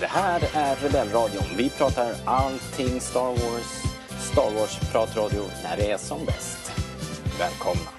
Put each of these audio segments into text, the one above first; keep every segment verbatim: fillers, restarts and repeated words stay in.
här är Rebellradion. Vi pratar allting Star Wars. Star Wars-pratradio när det är som bäst. Välkomna.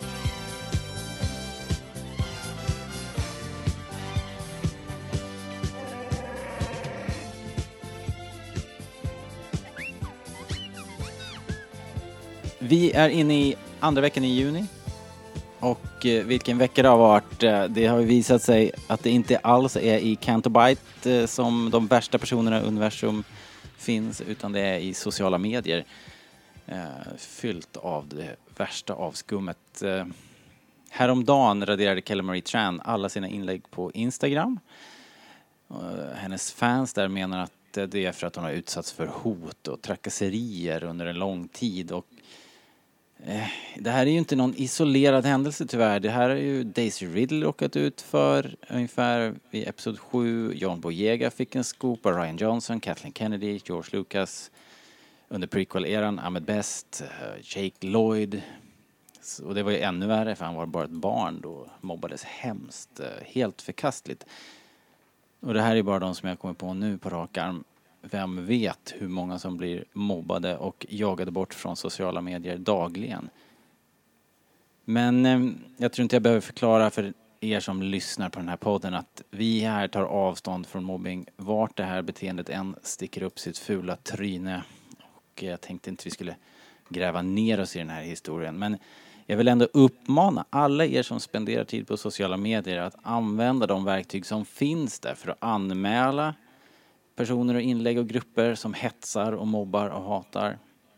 Vi är inne i andra veckan i juni. Och eh, vilken vecka det har varit. Eh, det har visat sig att det inte alls är i Canto Bight eh, som de värsta personerna i universum finns. Utan det är i sociala medier. Eh, fyllt av det värsta avskummet. Eh, häromdagen raderade Kelly Marie Tran alla sina inlägg på Instagram. Eh, hennes fans där menar att det är för att hon har utsatts för hot och trakasserier under en lång tid. Och det här är ju inte någon isolerad händelse tyvärr. Det här har ju Daisy Ridley råkat ut för ungefär vid episod sju. John Boyega fick en scoop av Ryan Johnson, Kathleen Kennedy, George Lucas. Under prequel-eran, Ahmed Best, Jake Lloyd. Och det var ju ännu värre för han var bara ett barn då. Mobbades hemskt, helt förkastligt. Och det här är bara de som jag kommer på nu på rak arm. Vem vet hur många som blir mobbade och jagade bort från sociala medier dagligen. Men eh, jag tror inte jag behöver förklara för er som lyssnar på den här podden att vi här tar avstånd från mobbing vart det här beteendet än sticker upp sitt fula tryne. Och jag tänkte inte vi skulle gräva ner oss i den här historien. Men jag vill ändå uppmana alla er som spenderar tid på sociala medier att använda de verktyg som finns där för att anmäla personer och inlägg och grupper som hetsar och mobbar och hatar.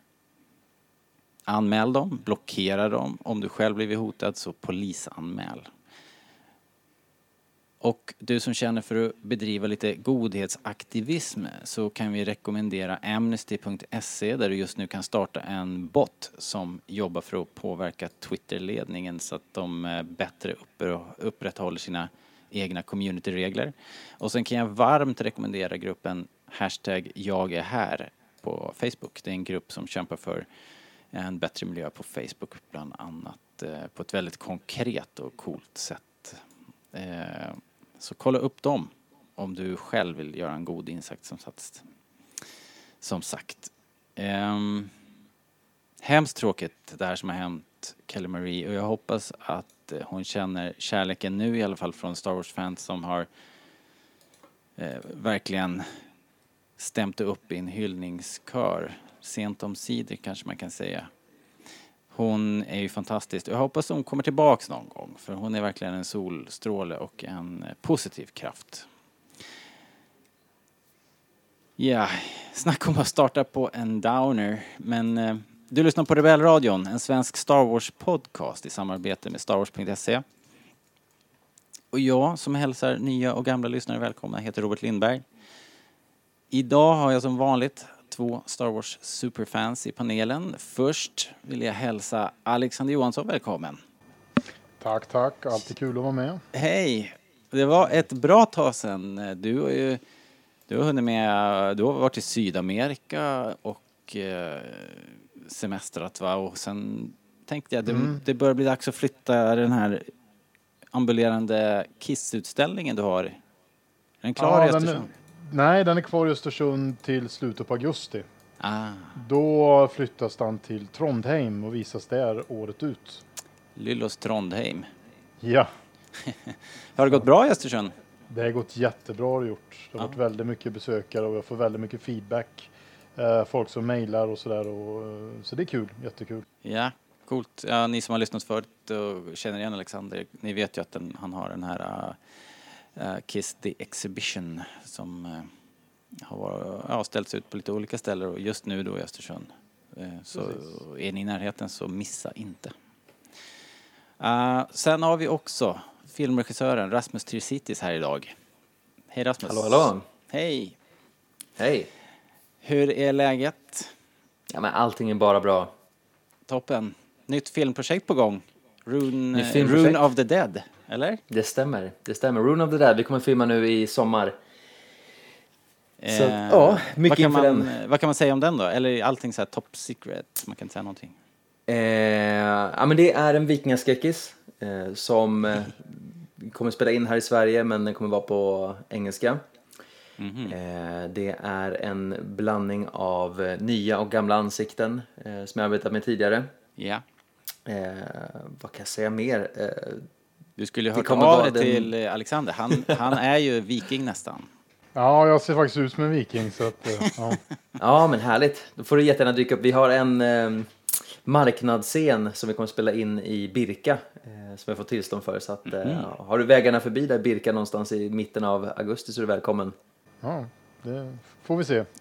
Anmäl dem, blockera dem. Om du själv blivit hotad så polisanmäl. Och du som känner för att bedriva lite godhetsaktivism så kan vi rekommendera amnesty punkt se där du just nu kan starta en bot som jobbar för att påverka Twitter-ledningen så att de bättre upprätthåller sina egna community-regler. Och sen kan jag varmt rekommendera gruppen hashtag jag är här på Facebook. Det är en grupp som kämpar för en bättre miljö på Facebook bland annat eh, på ett väldigt konkret och coolt sätt. Eh, så kolla upp dem om du själv vill göra en god insats som sagt. Som sagt. Eh, hemskt tråkigt det här som har hänt Kelly Marie och jag hoppas att hon känner kärleken nu i alla fall från Star Wars-fans som har eh, verkligen stämt upp i en hyllningskör. Sent om sidor kanske man kan säga. Hon är ju fantastisk. Jag hoppas hon kommer tillbaks någon gång. För hon är verkligen en solstråle och en positiv kraft. Ja, snacka om att starta på en downer. Men eh, du lyssnar på Rebellradion, en svensk Star Wars-podcast i samarbete med Star Wars punkt se. Och jag som hälsar nya och gamla lyssnare välkomna heter Robert Lindberg. Idag har jag som vanligt två Star Wars superfans i panelen. Först vill jag hälsa Alexander Johansson välkommen. Tack, tack. Alltid kul att vara med. Hej! Det var ett bra tag sedan. Du har ju du har hunnit med, du har varit i Sydamerika och eh, semestrat va? Och sen tänkte jag det, mm. det börjar bli dags att flytta den här ambulerande Kiss-utställningen du har. Är den klar ja, i Östersund? Den är, nej, den är kvar i Östersund till slutet på augusti. Ah. Då flyttas den till Trondheim och visas där året ut. Lyllos Trondheim. Ja. Har det gått bra i Östersund? Det har gått jättebra gjort. Det har ah. varit väldigt mycket besökare och jag får väldigt mycket feedback. Uh, folk som mejlar och sådär. Uh, så det är kul, jättekul. Ja, coolt. Ja, ni som har lyssnat förut och känner igen Alexander, ni vet ju att den, han har den här uh, Kiss the Exhibition som uh, har ja, ställts ut på lite olika ställen och just nu då i Östersund. Uh, så Precis. Är ni i närheten så missa inte. Uh, sen har vi också filmregissören Rasmus Tirsitis här idag. Hej Rasmus. Hallå, hallå. Hej. Hej. Hur är läget? Ja, men allting är bara bra. Toppen. Nytt filmprojekt på gång. Rune, filmprojekt. Rune of the Dead, eller? Det stämmer. Det stämmer. Rune of the Dead. Vi kommer filma nu i sommar. Eh, så, ja, mycket inför den. Vad kan man säga om den då? Eller är allting så här top secret? Man kan inte säga någonting. Eh, ja, men det är en vikingaskräckis eh, som eh, kommer spela in här i Sverige, men den kommer vara på engelska. Eh, det är en blandning av eh, nya och gamla ansikten eh, som jag arbetat med tidigare. Ja. Eh, vad kan jag säga mer? Eh, Du skulle ju Det hört kommer av vara det den- till eh, Alexander. Han, han är ju viking nästan. Ja, jag ser faktiskt ut som en viking. Så att, eh, ja. Ja, men härligt. Då får du jättegärna dyka upp. Vi har en eh, marknadsscen som vi kommer att spela in i Birka eh, som jag får tillstånd för. Så att, eh, har du vägarna förbi där Birka någonstans i mitten av augusti så är du välkommen. Ja, det får vi se.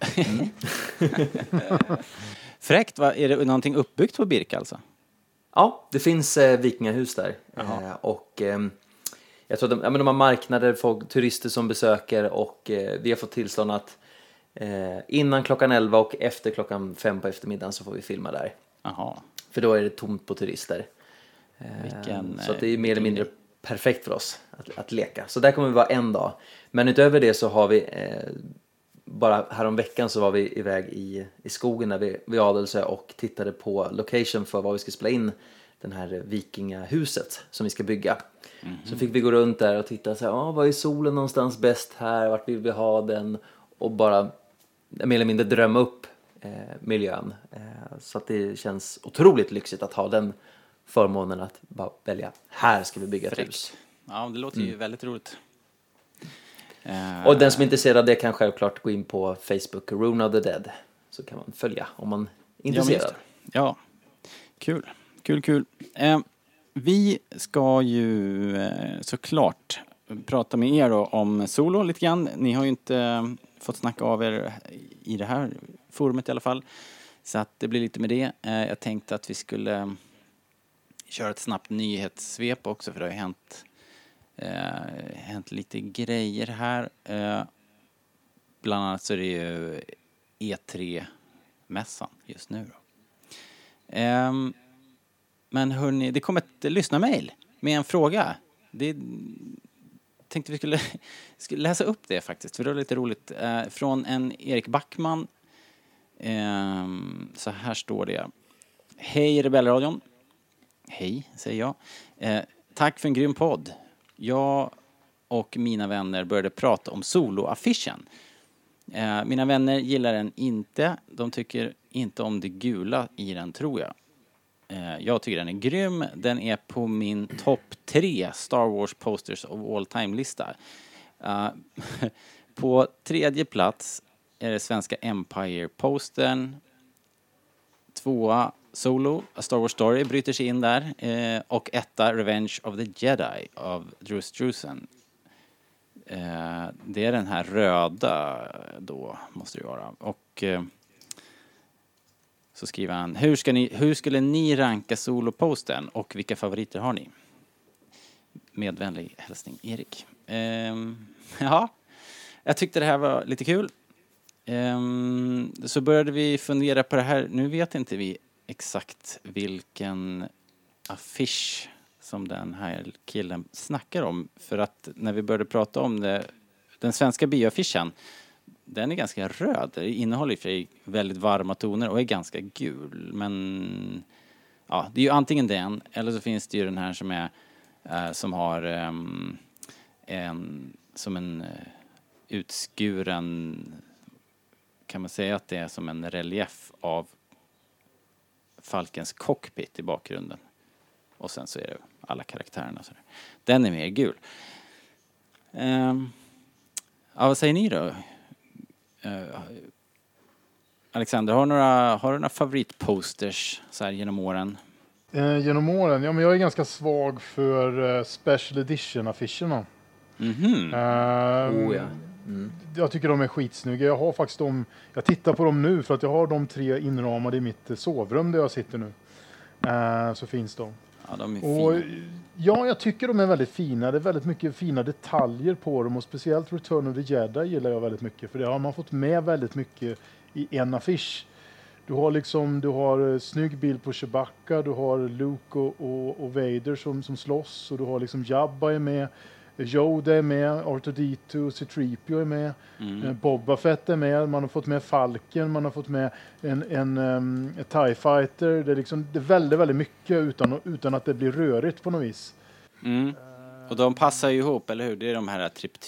Fräckt, va? Är det någonting uppbyggt på Birka alltså? Ja, det finns eh, vikingahus där. Eh, och eh, jag tror att de, ja, men de har marknader, folk, turister som besöker och eh, vi har fått tillstånd att eh, innan klockan elva och efter klockan fem på eftermiddagen så får vi filma där. Jaha. För då är det tomt på turister. Eh, Vilken, så att det är mer eller vilken mindre perfekt för oss att, att leka. Så där kommer vi vara en dag. Men utöver det så har vi, eh, bara härom veckan så var vi iväg i, i skogen där vid, vid Adelsö och tittade på location för vad vi ska spela in den här vikingahuset som vi ska bygga. Mm-hmm. Så fick vi gå runt där och titta så här, ah, var är solen någonstans bäst här, vart vill vi ha den och bara mer eller mindre drömma upp eh, miljön. Eh, så att det känns otroligt lyxigt att ha den förmånen att bara välja, här ska vi bygga ett Fräckt. hus. Ja, det låter ju väldigt roligt. Eh, Och den som är intresserad av det kan självklart gå in på Facebook, Rune of the Dead. Så kan man följa om man är Ja, men intresserad. just det. Ja, kul. Kul, kul. Eh, vi ska ju eh, såklart prata med er då om solo lite grann. Ni har ju inte eh, fått snacka av er i det här forumet i alla fall. Så att det blir lite med det. Eh, jag tänkte att vi skulle eh, köra ett snabbt nyhetssvep också, för det har ju hänt, eh, hänt lite grejer här. Eh, bland annat så är det ju E tre-mässan just nu då. Um, men hörni, det kom ett lyssnarmail med en fråga. Det tänkte vi skulle, skulle läsa upp det faktiskt, för det var lite roligt. Uh, från en Erik Backman. Um, så här står det. Hej Rebellradion. Hej, säger jag. Uh, tack för en grym podd. Jag och mina vänner började prata om soloaffischen. Uh, mina vänner gillar den inte. De tycker inte om det gula i den, tror jag. Uh, jag tycker den är grym. Den är på min topp tre Star Wars posters of all time-lista. Uh, på tredje plats är det svenska Empire-postern. Tvåa Solo, A Star Wars Story, bryter sig in där. Uh, och etta Revenge of the Jedi av Drew Struzan. Uh, det är den här röda då, måste det vara. Och uh, så skriver han, hur, ska ni, hur skulle ni ranka soloposten och vilka favoriter har ni? Med vänlig hälsning, Erik. Um, ja, jag tyckte det här var lite kul. Um, så började vi fundera på det här. Nu vet inte vi exakt vilken affisch som den här killen snackar om. För att när vi började prata om det, den svenska bioaffischen, den är ganska röd. Det innehåller i sig väldigt varma toner och är ganska gul. Men ja, det är ju antingen den, eller så finns det ju den här som är eh, som har um, en som en uh, utskuren, kan man säga att det är som en relief av Falkens cockpit i bakgrunden. Och sen så är det alla karaktärerna. Så den är mer gul. Um, ja, vad säger ni då? Uh, Alexander, har, några, har du några favoritposters så här genom åren? Eh, genom åren? Ja, men jag är ganska svag för uh, special edition-affischerna. Mhm. Uh, Oh ja. Mm. Jag tycker de är skitsnygga. Jag har faktiskt dem, jag tittar på dem nu för att jag har de tre inramade i mitt sovrum där jag sitter nu. Uh, så finns de. Ja, de är Och, fina. ja, jag tycker de är väldigt fina. Det är väldigt mycket fina detaljer på dem och speciellt Return of the Jedi gillar jag väldigt mycket, för det har man fått med väldigt mycket i en affisch. Du har liksom, du har snygg bild på Chewbacca, du har Luke och, och, och Vader som, som slåss, och du har liksom Jabba är med, Yoda är med, R two D two, C three P O är med, Mm. Boba Fett är med, man har fått med Falken, man har fått med en, en, um, en TIE Fighter. Det är, liksom, det är väldigt, väldigt mycket utan, utan att det blir rörigt på något vis. Mm. Och de passar ju ihop, eller hur? Det är de här triptyk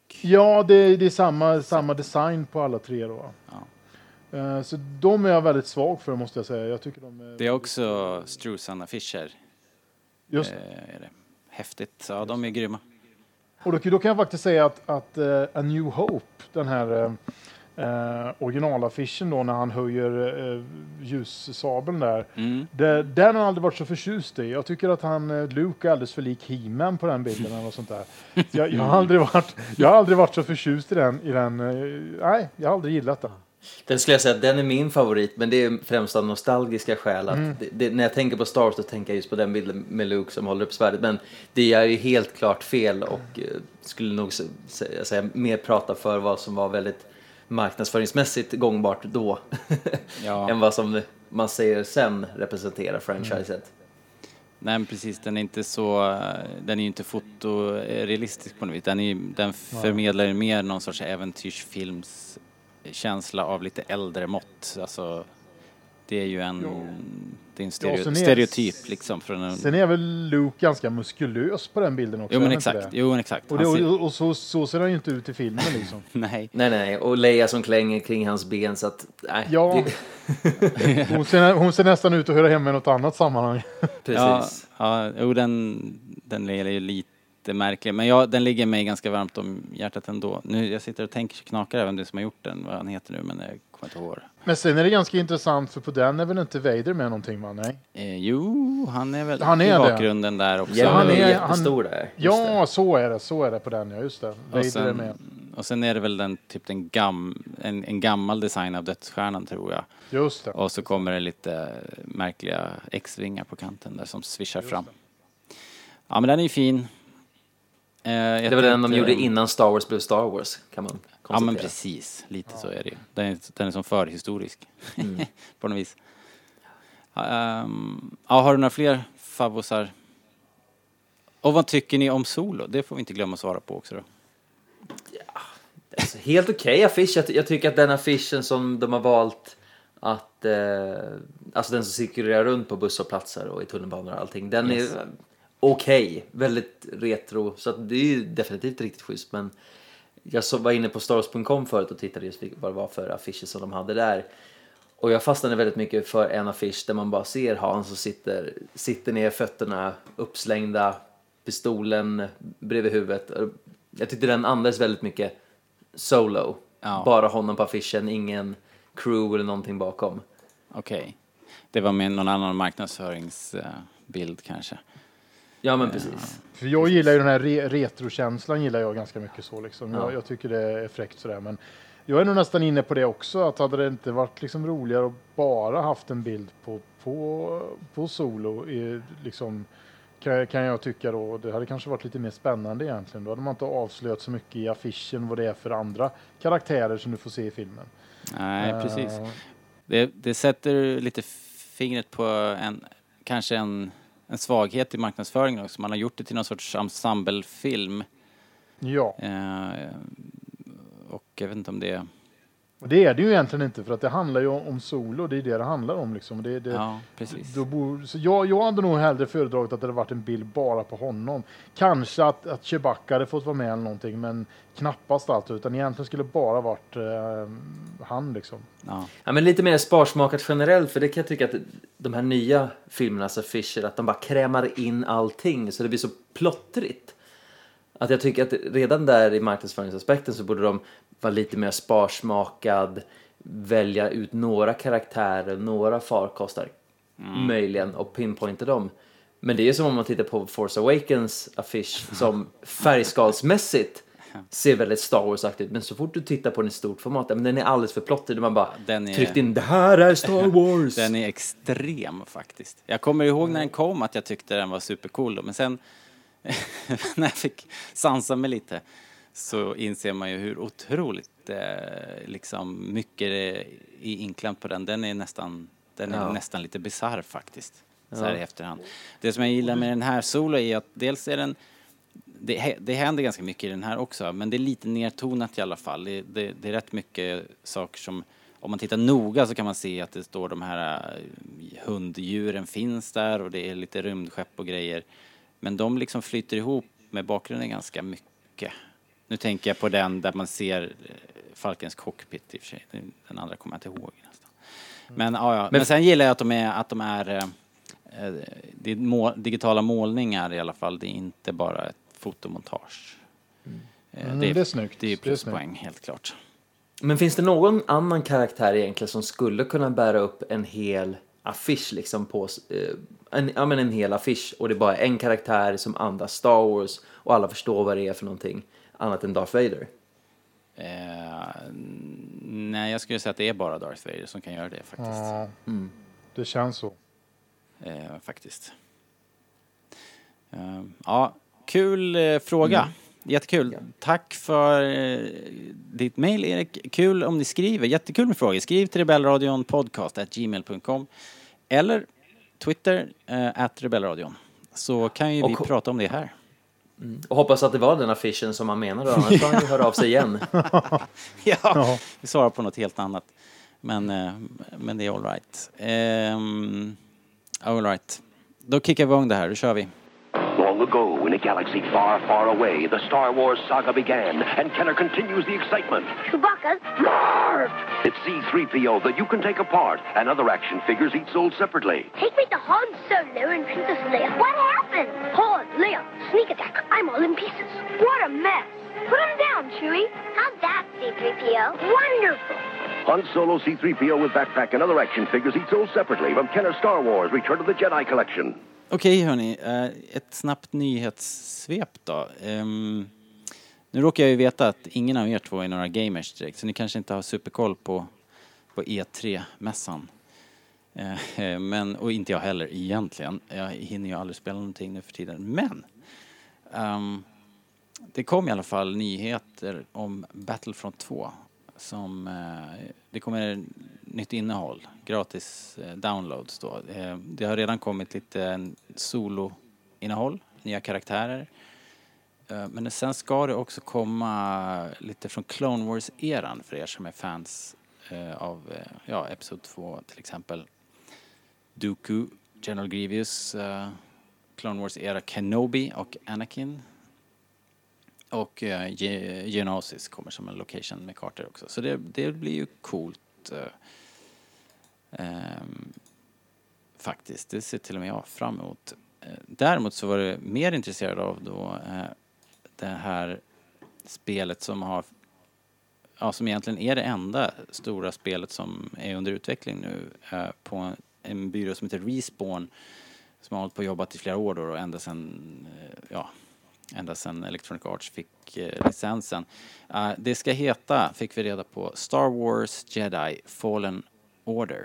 Ja, det, det är samma, samma design på alla tre då. Ja. Uh, så de är jag väldigt svag för, måste jag säga. Jag tycker de är Det är också Struzan-affischer. Just eh, är det. Häftigt. Ja, de är grymma. Och då, då kan jag faktiskt säga att, att uh, A New Hope, den här uh, uh, originalaffischen då, när han höjer uh, ljussabeln där, Mm. det, den har jag aldrig varit så förtjust i. Jag tycker att han, uh, Luke är alldeles för lik He-Man på den bilden eller något sånt där. Så jag, jag, har aldrig varit, jag har aldrig varit så förtjust i den. I den uh, nej, jag har aldrig gillat den. Den skulle jag säga att den är min favorit, men det är främst av nostalgiska skäl. Att Mm. det, det, när jag tänker på Star Wars så tänker jag just på den bilden med Luke som håller upp svärdet. Men det är ju helt klart fel och eh, skulle nog säga, säga mer prata för vad som var väldigt marknadsföringsmässigt gångbart då. Ja. än vad som man säger sen representerar franchiset. Mm. Nej, men precis. Den är inte så... Den är ju inte fotorealistisk på något vis. Den, är, den förmedlar ju mer någon sorts äventyrsfilms känsla av lite äldre mått. Alltså, det är ju en, Jo. det är en stereo, Ja, sen är- stereotyp liksom. Från en, Sen är väl Luke ganska muskulös på den bilden också. jo, men är han inte exakt. det? Jo, men exakt. Och, det, Han ser- och, och så, så ser han ju inte ut i filmen liksom. nej. Nej, nej, och Leia som klänger kring hans ben så att... Nej, Ja. det, Hon ser, hon ser nästan ut att höra hemma i något annat sammanhang. precis. Ja, ja, jo, den, den är ju lite märklig. Men ja, den ligger mig ganska varmt om hjärtat ändå. Nu, jag sitter och tänker, knakar även det som har gjort den, vad han heter nu, men jag kommer inte ihåg. Men sen är det ganska intressant, för på den är väl inte Vader med någonting, va? Nej. Eh, jo, han är väl Han är i det. bakgrunden där också. Ja, han han är är- jättestor där. Just Ja, så är det. Så är det på den, ja. Just det. Vader och, är sen, med. och sen är det väl den, typ den gam, en, en gammal design av dödsstjärnan, tror jag. Just det. Och så kommer det lite märkliga X-vingar på kanten där som svischar fram. Ja, men den är ju fin. Eh, jag Det var den de tänkte- gjorde innan Star Wars blev Star Wars, kan man Ja, konstatera. men precis. Lite så är det ju. Den är, den är som förhistorisk. på något vis. Um, ja, har du några fler favosar? Och vad tycker ni om Solo? Det får vi inte glömma att svara på också då. Alltså, helt okej okay, affisch. Jag, jag tycker att den affischen som de har valt att... Eh, alltså den som cirkulerar runt på busshållplatser och i tunnelbanor och allting. Den Yes. är okej. Okay, väldigt retro. Så att det är ju definitivt riktigt schysst. Men jag så var inne på Star Wars punkt com förut och tittade just vad det var för affischer som de hade där. Och jag fastnade väldigt mycket för en affisch där man bara ser Hans och sitter, sitter ner, fötterna uppslängda, pistolen bredvid huvudet. Jag tyckte den andades väldigt mycket Solo. Ja. Bara honom på affischen, ingen crew eller någonting bakom. Okej. Okay. Det var med någon annan marknadsföringsbild kanske. Ja, men precis. För jag gillar ju den här re- retrokänslan, gillar jag ganska mycket så liksom. Ja. Jag, jag tycker det är fräckt sådär, men jag är nog nästan inne på det också, att hade det inte varit liksom roligare att bara haft en bild på, på, på Solo i, liksom, kan, kan jag tycka då. Det hade kanske varit lite mer spännande egentligen. Då hade man inte avslöjat så mycket i affischen vad det är för andra karaktärer som du får se i filmen. Nej, Eh, precis. Det, det sätter lite fingret på en, kanske en, en svaghet i marknadsföringen också. Man har gjort det till någon sorts ensemblefilm. Ja. Eh, och jag vet inte om det... Och det är det ju egentligen inte, för att det handlar ju om Solo, det är det det handlar om liksom. Det, det, Ja, precis. då bor, så jag, jag hade nog hellre föredragit att det hade varit en bild bara på honom. Kanske att, att Chewbacca hade fått vara med eller någonting, men knappast allt, utan egentligen skulle det bara varit eh, han liksom. Ja. Ja, men lite mer sparsmakat generellt, för det kan jag tycka att de här nya filmernas affischer, att de bara krämar in allting så det blir så plottrigt. Att jag tycker att redan där i marknadsföringsaspekten så borde de vara lite mer sparsmakad, välja ut några karaktärer, några farkostar mm. möjligen och pinpointa dem. Men det är som om man tittar på Force Awakens affisch som färgskalsmässigt ser väldigt Star Wars-aktigt, men så fort du tittar på den i stort format, men den är alldeles för plottig, man bara Den är- tryckt in det här är Star Wars. Den är extrem faktiskt. Jag kommer ihåg när den kom att jag tyckte den var supercool då, men sen när jag fick sansa mig lite så inser man ju hur otroligt eh, liksom mycket det är inklämt på den. Den är nästan, den är Ja. nästan lite bizarr faktiskt. Så Ja. här i efterhand. Det som jag gillar med den här Solo är att dels är den det, hä- det händer ganska mycket i den här också, men det är lite nertonat i alla fall. Det, det, det är rätt mycket saker som, om man tittar noga så kan man se att det står de här uh, hunddjuren finns där och det är lite rymdskepp och grejer. Men de liksom flyter ihop med bakgrunden ganska mycket. Nu tänker jag på den där man ser Falkens cockpit i och för sig. Den andra kommer jag inte ihåg nästan. Men, ja, ja. Men, Men sen gillar jag att de är, att de är eh, det är mål, digitala målningar i alla fall. Det är inte bara ett fotomontage. Mm. Eh, Mm, det, är, det är snyggt. Det är pluspoäng, helt klart. Men finns det någon annan karaktär egentligen som skulle kunna bära upp en hel affisch liksom på eh, en, ja, men en hel affisch och det är bara en karaktär som andas Star Wars och alla förstår vad det är för någonting annat än Darth Vader? Eh, nej, jag skulle säga att det är bara Darth Vader som kan göra det faktiskt. Ja, Mm. det känns så. Eh, faktiskt. Eh, ja, kul eh, fråga. Mm. Jättekul. Ja. Tack för eh, ditt mejl, Erik. Kul om ni skriver. Jättekul med frågor. Skriv till rebellradion podcast at gmail dot com eller Twitter eh, at rebellradion. Så kan ju vi och, prata om det här. Mm. Och hoppas att det var den affischen som man menade. Annars kan han ju höra av sig igen. ja, ja, vi svarar på något helt annat. Men, eh, men det är all right. Um, all right. Då kickar vi igång det här. Då kör vi. Long ago, in a galaxy far, far away, the Star Wars saga began, and Kenner continues the excitement. Chewbacca's Marv! It's C three P O that you can take apart, and other action figures each sold separately. Take me to Han Solo and Princess Leia. What happened? Han, Leia, sneak attack. I'm all in pieces. What a mess. Put him down, Chewie. How's that, C three P O? Wonderful. Han Solo, C three P O with backpack, and other action figures each sold separately from Kenner Star Wars Return of the Jedi Collection. Okej, hörni. Ett snabbt nyhetssvep då. Um, nu råkar jag ju veta att ingen av er två är några gamers direkt, så ni kanske inte har superkoll på, på E tre-mässan. Uh, men, och inte jag heller egentligen. Jag hinner ju aldrig spela någonting nu för tiden. Men um, det kom i alla fall nyheter om Battlefront två. Som, uh, det kommer nytt innehåll, gratis uh, downloads då. Uh, det har redan kommit lite solo-innehåll, nya karaktärer. Uh, men sen ska det också komma lite från Clone Wars-eran för er som är fans uh, av uh, ja, Episod två till exempel. Dooku, General Grievous, uh, Clone Wars-era Kenobi och Anakin. Och uh, Ge- Geonosis kommer som en location med kartor också. Så det, det blir ju coolt. Uh, um, faktiskt. Det ser till och med jag fram emot. Uh, däremot så var det mer intresserad av då uh, det här spelet som har ja, som egentligen är det enda stora spelet som är under utveckling nu uh, på en, en byrå som heter Respawn som har hållit på och jobbat i flera år då och ända sedan uh, ja ända sedan Electronic Arts fick eh, licensen. Uh, det ska heta, fick vi reda på, Star Wars Jedi Fallen Order.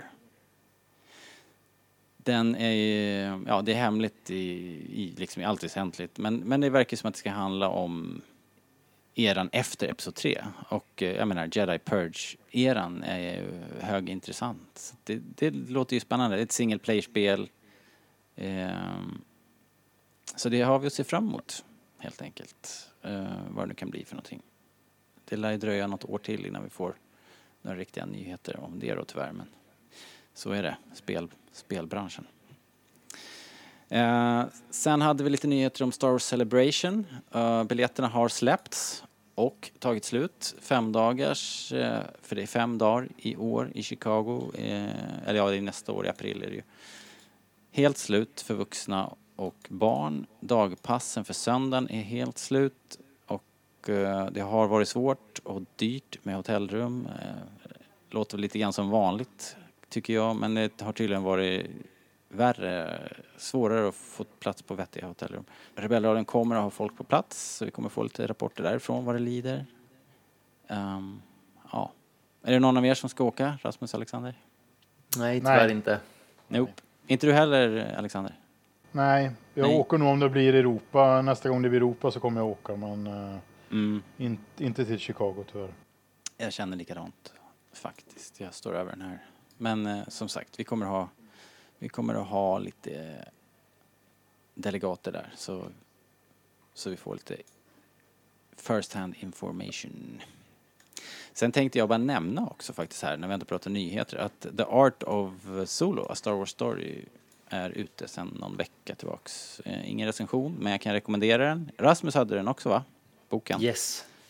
Den är, ja, det är hemligt i, i, liksom i allt väsentligt, men, men det verkar som att det ska handla om eran efter Episod tre. Och eh, jag menar, Jedi Purge-eran är ju högintressant. Så det, det låter ju spännande. Det är ett single player-spel. Eh, så det har vi att se fram emot. Helt enkelt. Uh, vad det nu kan bli för någonting. Det lär ju dröja något år till innan vi får några riktiga nyheter om det då tyvärr. Men så är det. Spel, spelbranschen. Uh, sen hade vi lite nyheter om Star Wars Celebration. Uh, biljetterna har släppts och tagit slut. Fem dagars, uh, för det är fem dagar i år i Chicago. Uh, eller ja, det är nästa år i april är det ju. Helt slut för vuxna och barn. Dagpassen för söndagen är helt slut och eh, det har varit svårt och dyrt med hotellrum. Eh, låter lite grann som vanligt tycker jag, men det har tydligen varit värre, svårare att få plats på vettiga hotellrum. Rebellradion kommer att ha folk på plats så vi kommer få lite rapporter därifrån vad det lider. Um, ja. Är det någon av er som ska åka, Rasmus, Alexander? Nej, tyvärr Nej. inte. Nope. Inte du heller, Alexander? Nej, jag Nej. åker nog om det blir Europa. Nästa gång det blir Europa så kommer jag åka, men uh, mm. in, inte till Chicago tyvärr. Jag känner likadant faktiskt. Jag står över den här. Men uh, som sagt, vi kommer ha vi kommer att ha lite delegater där så så vi får lite first hand information. Sen tänkte jag bara nämna också faktiskt här när vi ändå pratar nyheter att The Art of Solo, A Star Wars Story är ute sedan någon vecka tillbaks. Eh, ingen recension, men jag kan rekommendera den. Rasmus hade den också, va? Boken. Yes.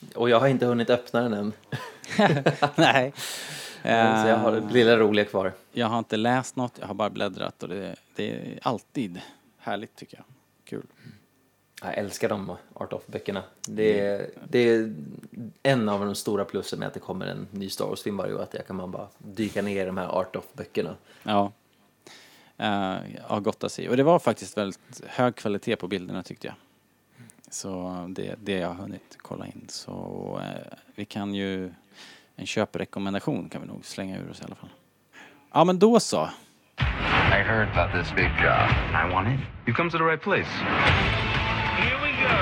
Och jag har inte hunnit öppna den än. Nej. Så jag har det lilla roliga kvar. Jag har inte läst något, jag har bara bläddrat och det, det är alltid härligt tycker jag. Kul. Jag älskar de Art of-böckerna. Det är, det är en av de stora plussen med att det kommer en ny Star Wars-film varje år, att jag kan man bara dyka ner i de här Art of-böckerna. Ja. Uh, ja, gott att se. Och det var faktiskt väldigt hög kvalitet på bilderna tyckte jag. Så det, det jag har hunnit kolla in. Så uh, vi kan ju, en köprekommendation kan vi nog slänga ur oss i alla fall. Ja, men då så. I heard about this big job. I want it. You come to the right place. Here we go.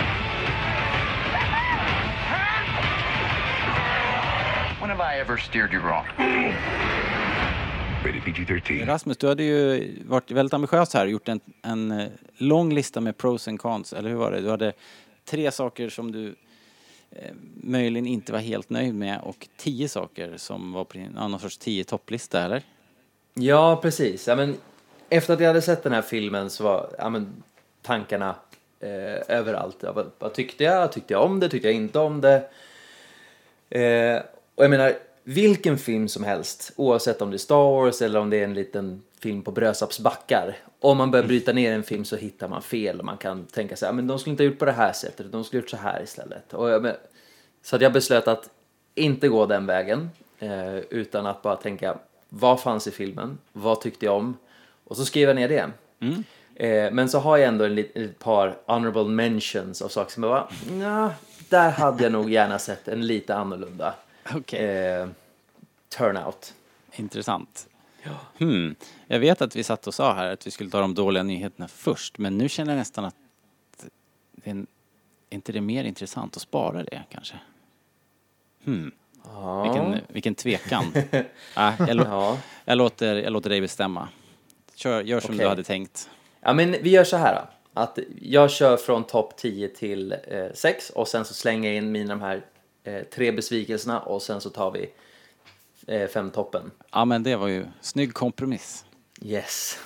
When have I ever steered you wrong? Rated P G thirteen. Rasmus, du hade ju varit väldigt ambitiös här och gjort en, en lång lista med pros and cons, eller hur var det? Du hade tre saker som du eh, möjligen inte var helt nöjd med och tio saker som var på din, någon sorts tio topplista, eller? Ja, precis. Ja, men efter att jag hade sett den här filmen så var ja, men, tankarna eh, överallt. Ja, vad, vad tyckte jag? Tyckte jag om det? Tyckte jag inte om det? Eh, och jag menar, vilken film som helst, oavsett om det är Star Wars eller om det är en liten film på Brösarps backar, om man börjar bryta ner en film så hittar man fel och man kan tänka sig, men de skulle inte ha gjort på det här sättet, de skulle ha gjort så här istället. Och jag, men, så att jag beslöt att inte gå den vägen, eh, utan att bara tänka, vad fanns i filmen? Vad tyckte jag om? Och så skriver jag ner det. Mm. Eh, men så har jag ändå en, ett par honorable mentions av saker som jag bara, ja, där hade jag nog gärna sett en lite annorlunda Okay. eh, turnout. Intressant. Ja. Hmm. Jag vet att vi satt och sa här att vi skulle ta de dåliga nyheterna först, men nu känner jag nästan att det är inte det mer intressant att spara det kanske. Hmm. Ja. Vilken, vilken tvekan. ah, jag, lå- Ja. jag, låter, jag låter dig bestämma. Kör, gör som Okej. du hade tänkt. Ja, men vi gör så här då, att jag kör från topp tio till eh, sex och sen så slänger jag in mina de här eh, tre besvikelserna och sen så tar vi eh, fem toppen. Ja, men det var ju snygg kompromiss. Yes.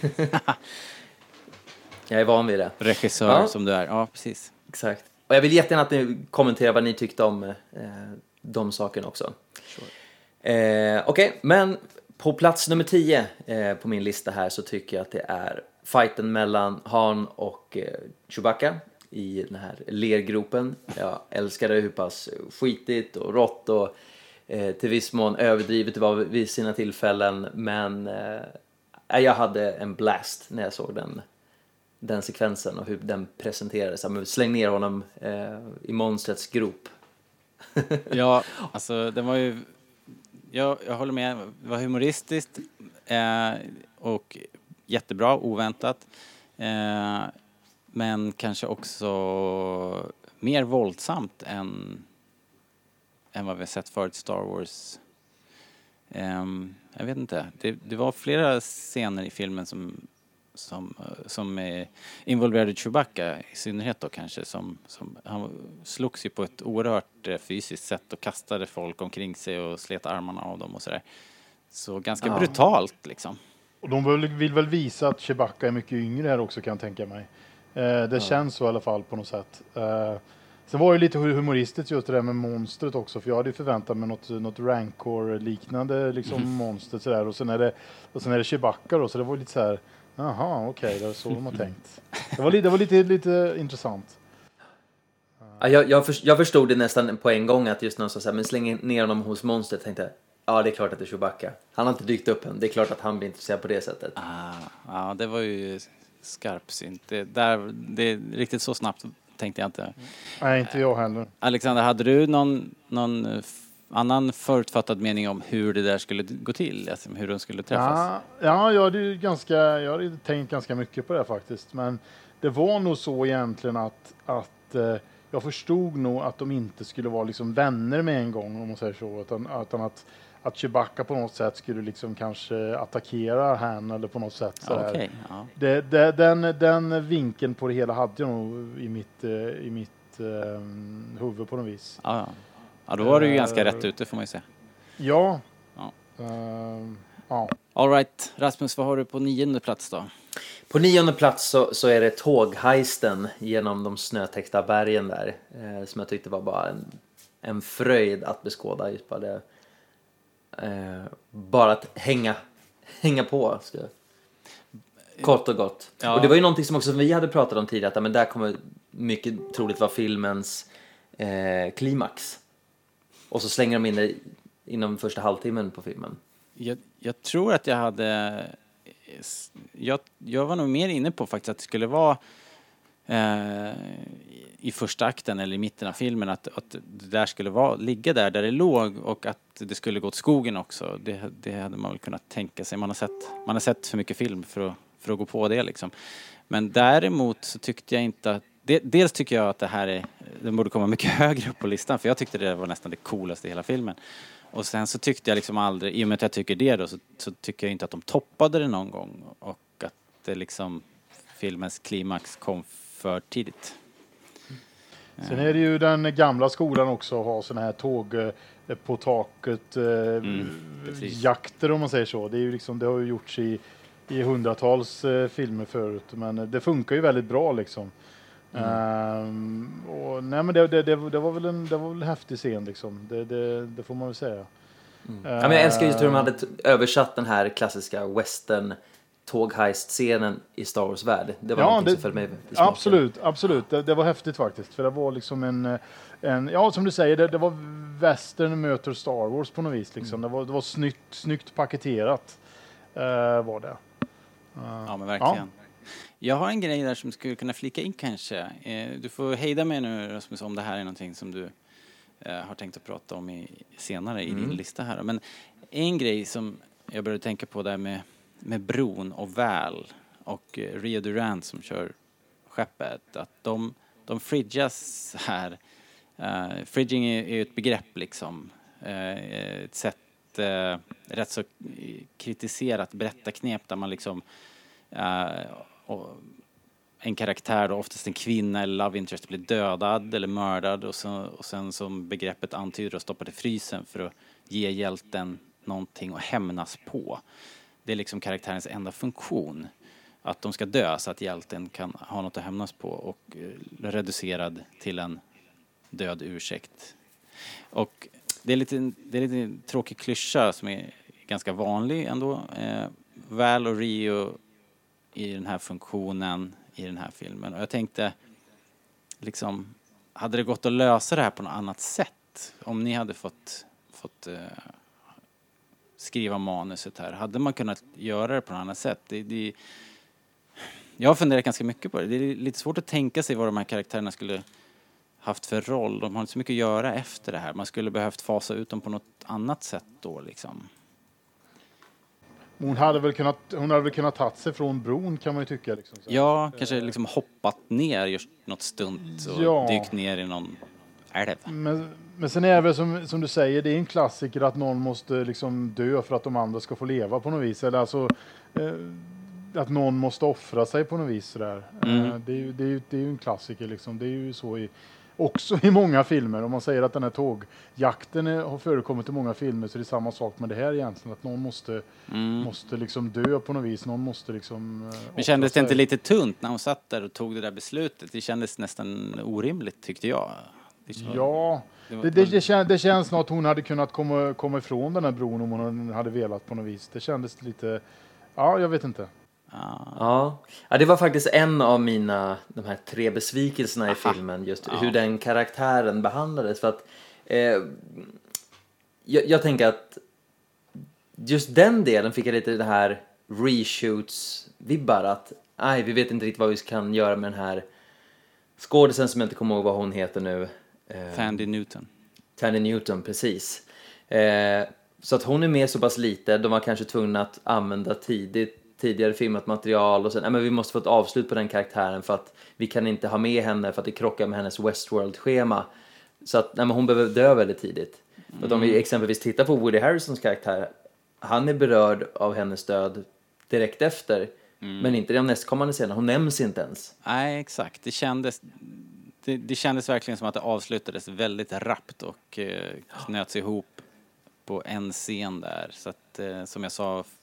Jag är van vid det. Regissör Ja. som du är. Ja, precis. Exakt. Och jag vill jättegärna att ni kommenterar vad ni tyckte om eh, de sakerna också. Sure. Eh, Okej, okay. Men på plats nummer tio eh, på min lista här så tycker jag att det är fighten mellan Han och eh, Chewbacca i den här lergropen. Jag älskade hur pass skitigt och rått och eh, till viss mån överdrivet det var vid sina tillfällen, men eh, jag hade en blast när jag såg den, den sekvensen och hur den presenterades. Jag släng ner honom eh, i monstrets grop. Ja, alltså den var ju... Jag, jag håller med, det var humoristiskt eh, och jättebra, oväntat. Eh, men kanske också mer våldsamt än, än vad vi har sett förut i Star Wars. Eh, jag vet inte, det, det var flera scener i filmen som, som, som eh, involverade Chewbacca, i synnerhet då kanske. Som, som, han slogs ju på ett oerhört eh, fysiskt sätt och kastade folk omkring sig och slet armarna av dem och sådär. Så ganska Ja. brutalt liksom. Och de vill, vill väl visa att Chewbacca är mycket yngre här också, kan jag tänka mig. Eh, det Ja. känns så i alla fall på något sätt. Eh, sen var det lite humoristiskt just det där med monstret också, för jag hade ju förväntat mig något, något Rancor-liknande liksom Mm. monster sådär. Och sen är det, och sen är det Chewbacca då, så det var lite så här, jaha, okej, okay, det var så de har tänkt. Det var, li, det var lite, lite intressant. Ja, jag, jag, för, jag förstod det nästan på en gång att just någon sa så här, men släng ner honom hos monstret, tänkte jag. Ja, det är klart att det är Chewbacca. Han har inte dykt upp än. Det är klart att han blir intresserad på det sättet. Ah, ja, det var ju skarpsynt. Det, där, det är riktigt så snabbt tänkte jag inte. Nej, inte jag heller. Alexander, hade du någon, någon f- annan förutfattad mening om hur det där skulle gå till? Alltså, hur de skulle träffas? Ja, ja jag, hade ju ganska, jag hade tänkt ganska mycket på det faktiskt. Men det var nog så egentligen att, att eh, jag förstod nog att de inte skulle vara liksom vänner med en gång, om man säger så. Utan, utan att, att Chewbacca på något sätt skulle liksom kanske attackera Han eller på något sätt. Ja, okej, okay, ja. det, det, den, den vinkeln på det hela hade jag nog i mitt, eh, i mitt eh, huvud på något vis. Ja, ja. Ja, då var du ju Uh, ganska rätt ute får man ju säga. Ja. Ja. Uh, ja. All right, Rasmus, vad har du på nionde plats då? På nionde plats så, så är det tåghajsten genom de snötäckta bergen där. Eh, som jag tyckte var bara en, en fröjd att beskåda. Just bara, det, eh, bara att hänga, hänga på. Ska jag. Kort och gott. Ja. Och det var ju någonting som också vi hade pratat om tidigare. Att men där kommer mycket troligt vara filmens eh, klimax. Och så slänger de in det inom första halvtimmen på filmen. Jag, jag tror att jag hade... Jag, jag var nog mer inne på faktiskt att det skulle vara eh, i första akten eller i mitten av filmen. Att, att det där skulle vara, ligga där där det låg och att det skulle gå åt skogen också. Det, det hade man väl kunnat tänka sig. Man har sett, man har sett för mycket film för att, för att gå på det liksom. Men däremot så tyckte jag inte att... Det, dels tycker jag att det här är... Den borde komma mycket högre upp på listan. För jag tyckte det var nästan det coolaste i hela filmen. Och sen så tyckte jag liksom aldrig, i och med att jag tycker det då, så, så tycker jag inte att de toppade det någon gång. Och att det liksom, filmens klimax kom för tidigt. Sen är det ju den gamla skolan också att ha såna här tåg eh, på taket, eh, mm, jakter om man säger så. Det är ju liksom, det har ju gjorts i, i hundratals eh, filmer förut, men det funkar ju väldigt bra liksom. Mm. Um, och, nej men det, det, det, det var väl en det var väl en häftig scen liksom. Det, det, det får man väl säga. Mm. Uh, ja, men jag älskar just hur de hade t- översatt den här klassiska western tågheist-scenen i Star Wars-värld. Det var ja, något det, som följde med i smaken. Absolut, absolut. Det, det var häftigt faktiskt. För det var liksom en, en ja som du säger, det, det var western möter Star Wars på något vis liksom. Mm. Det var, det var snyggt, snyggt paketerat uh, var det. Uh, ja men verkligen. Ja. Jag har en grej där som skulle kunna flika in kanske. Eh, du får hejda mig nu Rasmus om det här är någonting som du eh, har tänkt att prata om i, senare i mm. din lista här. Men en grej som jag började tänka på där med, med bron och Val och eh, Rio Durant som kör skeppet. Att de, de fridgas här. Uh, fridging är ju ett begrepp liksom. Uh, ett sätt, uh, rätt så kritiserat berättarknep där man liksom... Uh, och en karaktär då, oftast en kvinna eller love interest, blir dödad eller mördad och, så, och sen som begreppet antyder att stoppa i frysen för att ge hjälten någonting att hämnas på. Det är liksom karaktärens enda funktion. Att de ska dö så att hjälten kan ha något att hämnas på och eh, reducerad till en död ursäkt. Och det är lite, det är lite en tråkig klyscha som är ganska vanlig ändå. Eh, Val och Rio i den här funktionen i den här filmen. Och jag tänkte liksom, hade det gått att lösa det här på något annat sätt? Om ni hade fått, fått uh, skriva manuset här. Hade man kunnat göra det på något annat sätt? Det, det, jag har funderat ganska mycket på det. Det är lite svårt att tänka sig vad de här karaktärerna skulle haft för roll. De har inte så mycket att göra efter det här. Man skulle behövt fasa ut dem på något annat sätt då liksom. Hon hade väl kunnat, hon hade väl kunnat ta sig från bron kan man ju tycka. Liksom, så. Ja, kanske liksom hoppat ner just något stunt och ja. dykt ner i någon älv. Men, men sen är det väl som, som du säger, det är en klassiker att någon måste liksom dö för att de andra ska få leva på något vis. Eller alltså eh, att någon måste offra sig på något vis. Sådär. Mm. Eh, det, är ju, det, är ju, det är ju en klassiker liksom. Det är ju så i också i många filmer. Om man säger att den här tågjakten är, har förekommit i många filmer så är det samma sak med det här egentligen. Att någon måste, mm. måste liksom dö på något vis. Någon måste liksom... Men kändes det inte lite tunt när hon satt där och tog det där beslutet? Det kändes nästan orimligt tyckte jag. Det kändes, ja, det, det, det, det, kän, det känns nog att hon hade kunnat komma, komma ifrån den här bron om hon hade velat på något vis. Det kändes lite... Ja, jag vet inte. Ja. Ja, det var faktiskt en av mina de här tre besvikelserna i Aha. filmen just ja. hur den karaktären behandlades för att eh, jag, jag tänker att just den delen fick jag lite det här reshoots vibbar att nej, vi vet inte riktigt vad vi kan göra med den här skådisen som jag inte kommer ihåg vad hon heter nu. eh, Thandie Newton. Thandie Newton, precis. Eh, så att hon är med så pass lite, de var kanske tvungna att använda tidigt tidigare filmat material och sen, nej men vi måste få ett avslut på den karaktären för att vi kan inte ha med henne för att det krockar med hennes Westworld-schema. Så att, nej men hon behöver dö väldigt tidigt. Mm. Att om vi exempelvis tittar på Woody Harrelsons karaktär, han är berörd av hennes död direkt efter, mm. men inte de nästkommande scenerna, hon nämns inte ens. Nej, exakt. Det kändes, det, det kändes verkligen som att det avslutades väldigt rappt och eh, knöts ihop på en scen där. Så att, eh, som jag sa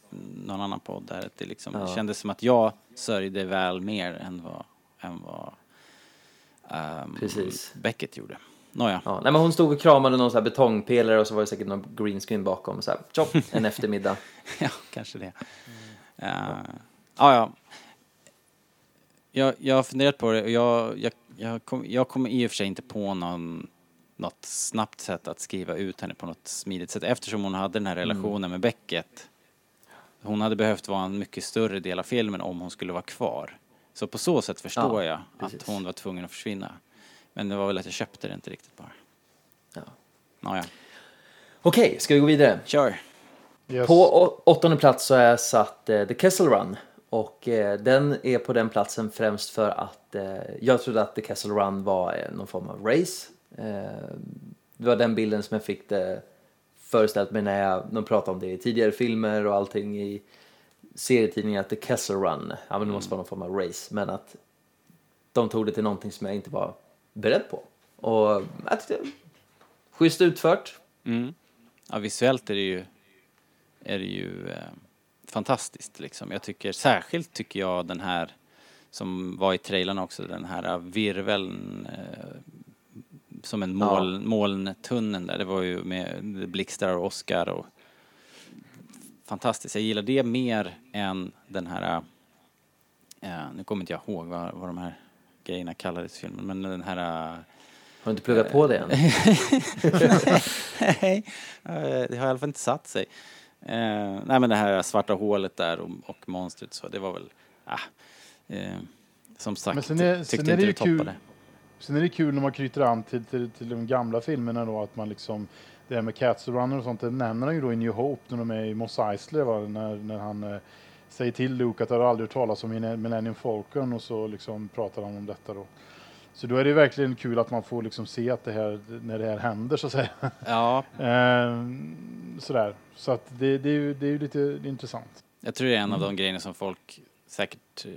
någon annan podd där. Att det, liksom, Ja. det kändes som att jag sörjde väl mer än vad, än vad um, Precis. Beckett gjorde. Nåja. Ja, nej, men hon stod och kramade någon så här betongpelare och så var det säkert någon green screen bakom. Så här, tjopp, en eftermiddag. Ja, kanske det. Mm. Uh, ja, ja. Jag, jag har funderat på det och jag, jag, jag, kom, jag kommer i och för sig inte på någon, något snabbt sätt att skriva ut henne på något smidigt sätt eftersom hon hade den här relationen mm. med Beckett. Hon hade behövt vara en mycket större del av filmen om hon skulle vara kvar. Så på så sätt förstår ja, jag precis. Att hon var tvungen att försvinna. Men det var väl att jag köpte det inte riktigt bara. Ja. Naja. Okej, ska vi gå vidare? Kör. Yes. På å- åttonde plats så är jag satt eh, The Kessel Run. Och eh, den är på den platsen främst för att eh, jag trodde att The Kessel Run var eh, någon form av race. Eh, det var den bilden som jag fick det föreställt mig när jag, de pratade om det i tidigare filmer och allting i serietidningar, att The Kessel Run, ja men det måste vara någon form av race. Men att de tog det till någonting som jag inte var beredd på. Och att det schysst utfört. Mm. Ja, visuellt är det ju, är det ju eh, fantastiskt liksom. Jag tycker, särskilt tycker jag den här som var i trailern också, den här virveln eh, som en moln, ja. molntunneln där. Det var ju med blixtar och Oscar och fantastiskt. Jag gillar det mer än den här eh, nu kommer inte jag ihåg vad, vad de här grejerna kallades i filmen, men den här har du inte pluggat äh, på det än? Nej, det har i alla fall inte satt sig. Uh, nej, men det här svarta hålet där och, och monstret så, det var väl ah, uh, som sagt, men sen är, tyckte sen är inte det det toppade. Kul, sen är det kul när man knyter an till, till, till de gamla filmerna då, att man liksom, det här med Cats Runner och sånt, det nämner han ju då i New Hope när de är i Mos Eisley, va? När, när han uh, säger till Luke att han aldrig hört talas om i Millennium Falcon och så liksom pratar han om detta då. Så då är det verkligen kul att man får liksom se att det här, när det här händer så att säga. Ja. ehm, sådär. Så att det, det, är ju, det är ju lite det är intressant. Jag tror det är en av de grejerna som folk säkert,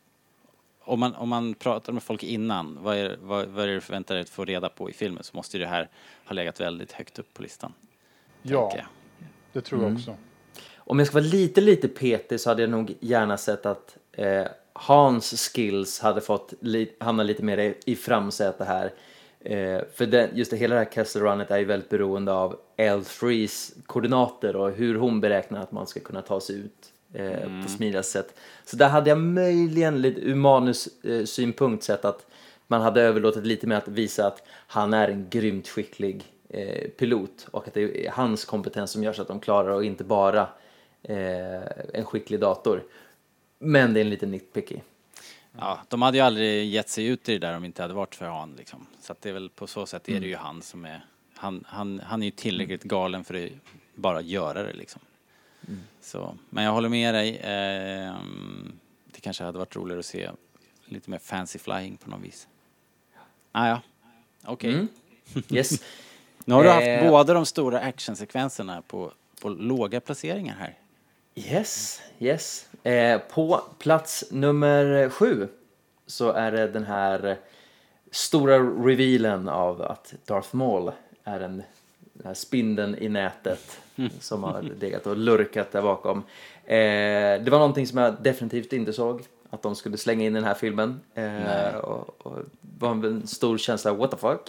om man, om man pratar med folk innan, vad är, vad, vad är det du förväntar dig att få reda på i filmen, så måste det här ha legat väldigt högt upp på listan. Ja, det tror jag mm. också. Om jag ska vara lite, lite petig så hade jag nog gärna sett att eh, Hans skills hade fått li- hamna lite mer i, i framsäte här. Eh, för det, just det, hela det här Kessel Runnet är ju väldigt beroende av L threes koordinater och hur hon beräknar att man ska kunna ta sig ut eh, mm. på smidigast sätt. Så där hade jag möjligen lite ur manus eh, synpunkt sett att man hade överlåtit lite med att visa att han är en grymt skicklig eh, pilot och att det är hans kompetens som gör så att de klarar och inte bara eh, en skicklig dator. Men det är en liten nitpicky. Ja, de hade ju aldrig gett sig ut i det där om inte hade varit för han liksom. Så att det är väl på så sätt är det ju han som är han, han, han är ju tillräckligt galen för att bara göra det liksom. Mm. Så, men jag håller med dig. Eh, det kanske hade varit roligare att se lite mer fancy flying på något vis. Ah, ja, okej. Okay. Mm. Yes. Nu har du haft eh. båda de stora actionsekvenserna på, på låga placeringar här. Yes, yes. Eh, på plats nummer sju så är det den här stora revealen av att Darth Maul är en, den här spindeln i nätet mm. som har legat och lurkat där bakom. Eh, det var någonting som jag definitivt inte såg, att de skulle slänga in den här filmen. Eh, och, och var en stor känsla av what the fuck.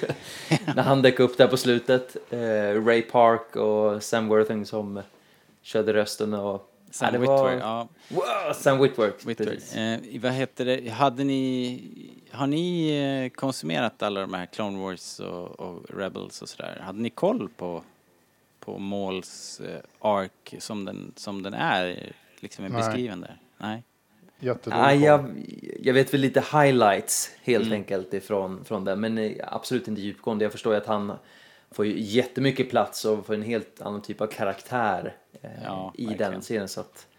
När han dök upp där på slutet. Eh, Ray Park och Sam Worthing som körde rösten och Sam ja, Witwer, var... ja. Wow, Sam Witwer. Witwer. Eh, vad heter det? Hade ni har ni eh, konsumerat alla de här Clone Wars och, och Rebels och sådär? Hade ni koll på på Mauls eh, ark som den som den är liksom är beskriven där? Nej. Ah, jag, jag vet väl lite highlights helt mm. enkelt ifrån från den, men absolut inte djupgående. Jag förstår ju att han får ju jättemycket plats och får en helt annan typ av karaktär eh, ja, i verkligen. Den scenen. Så att,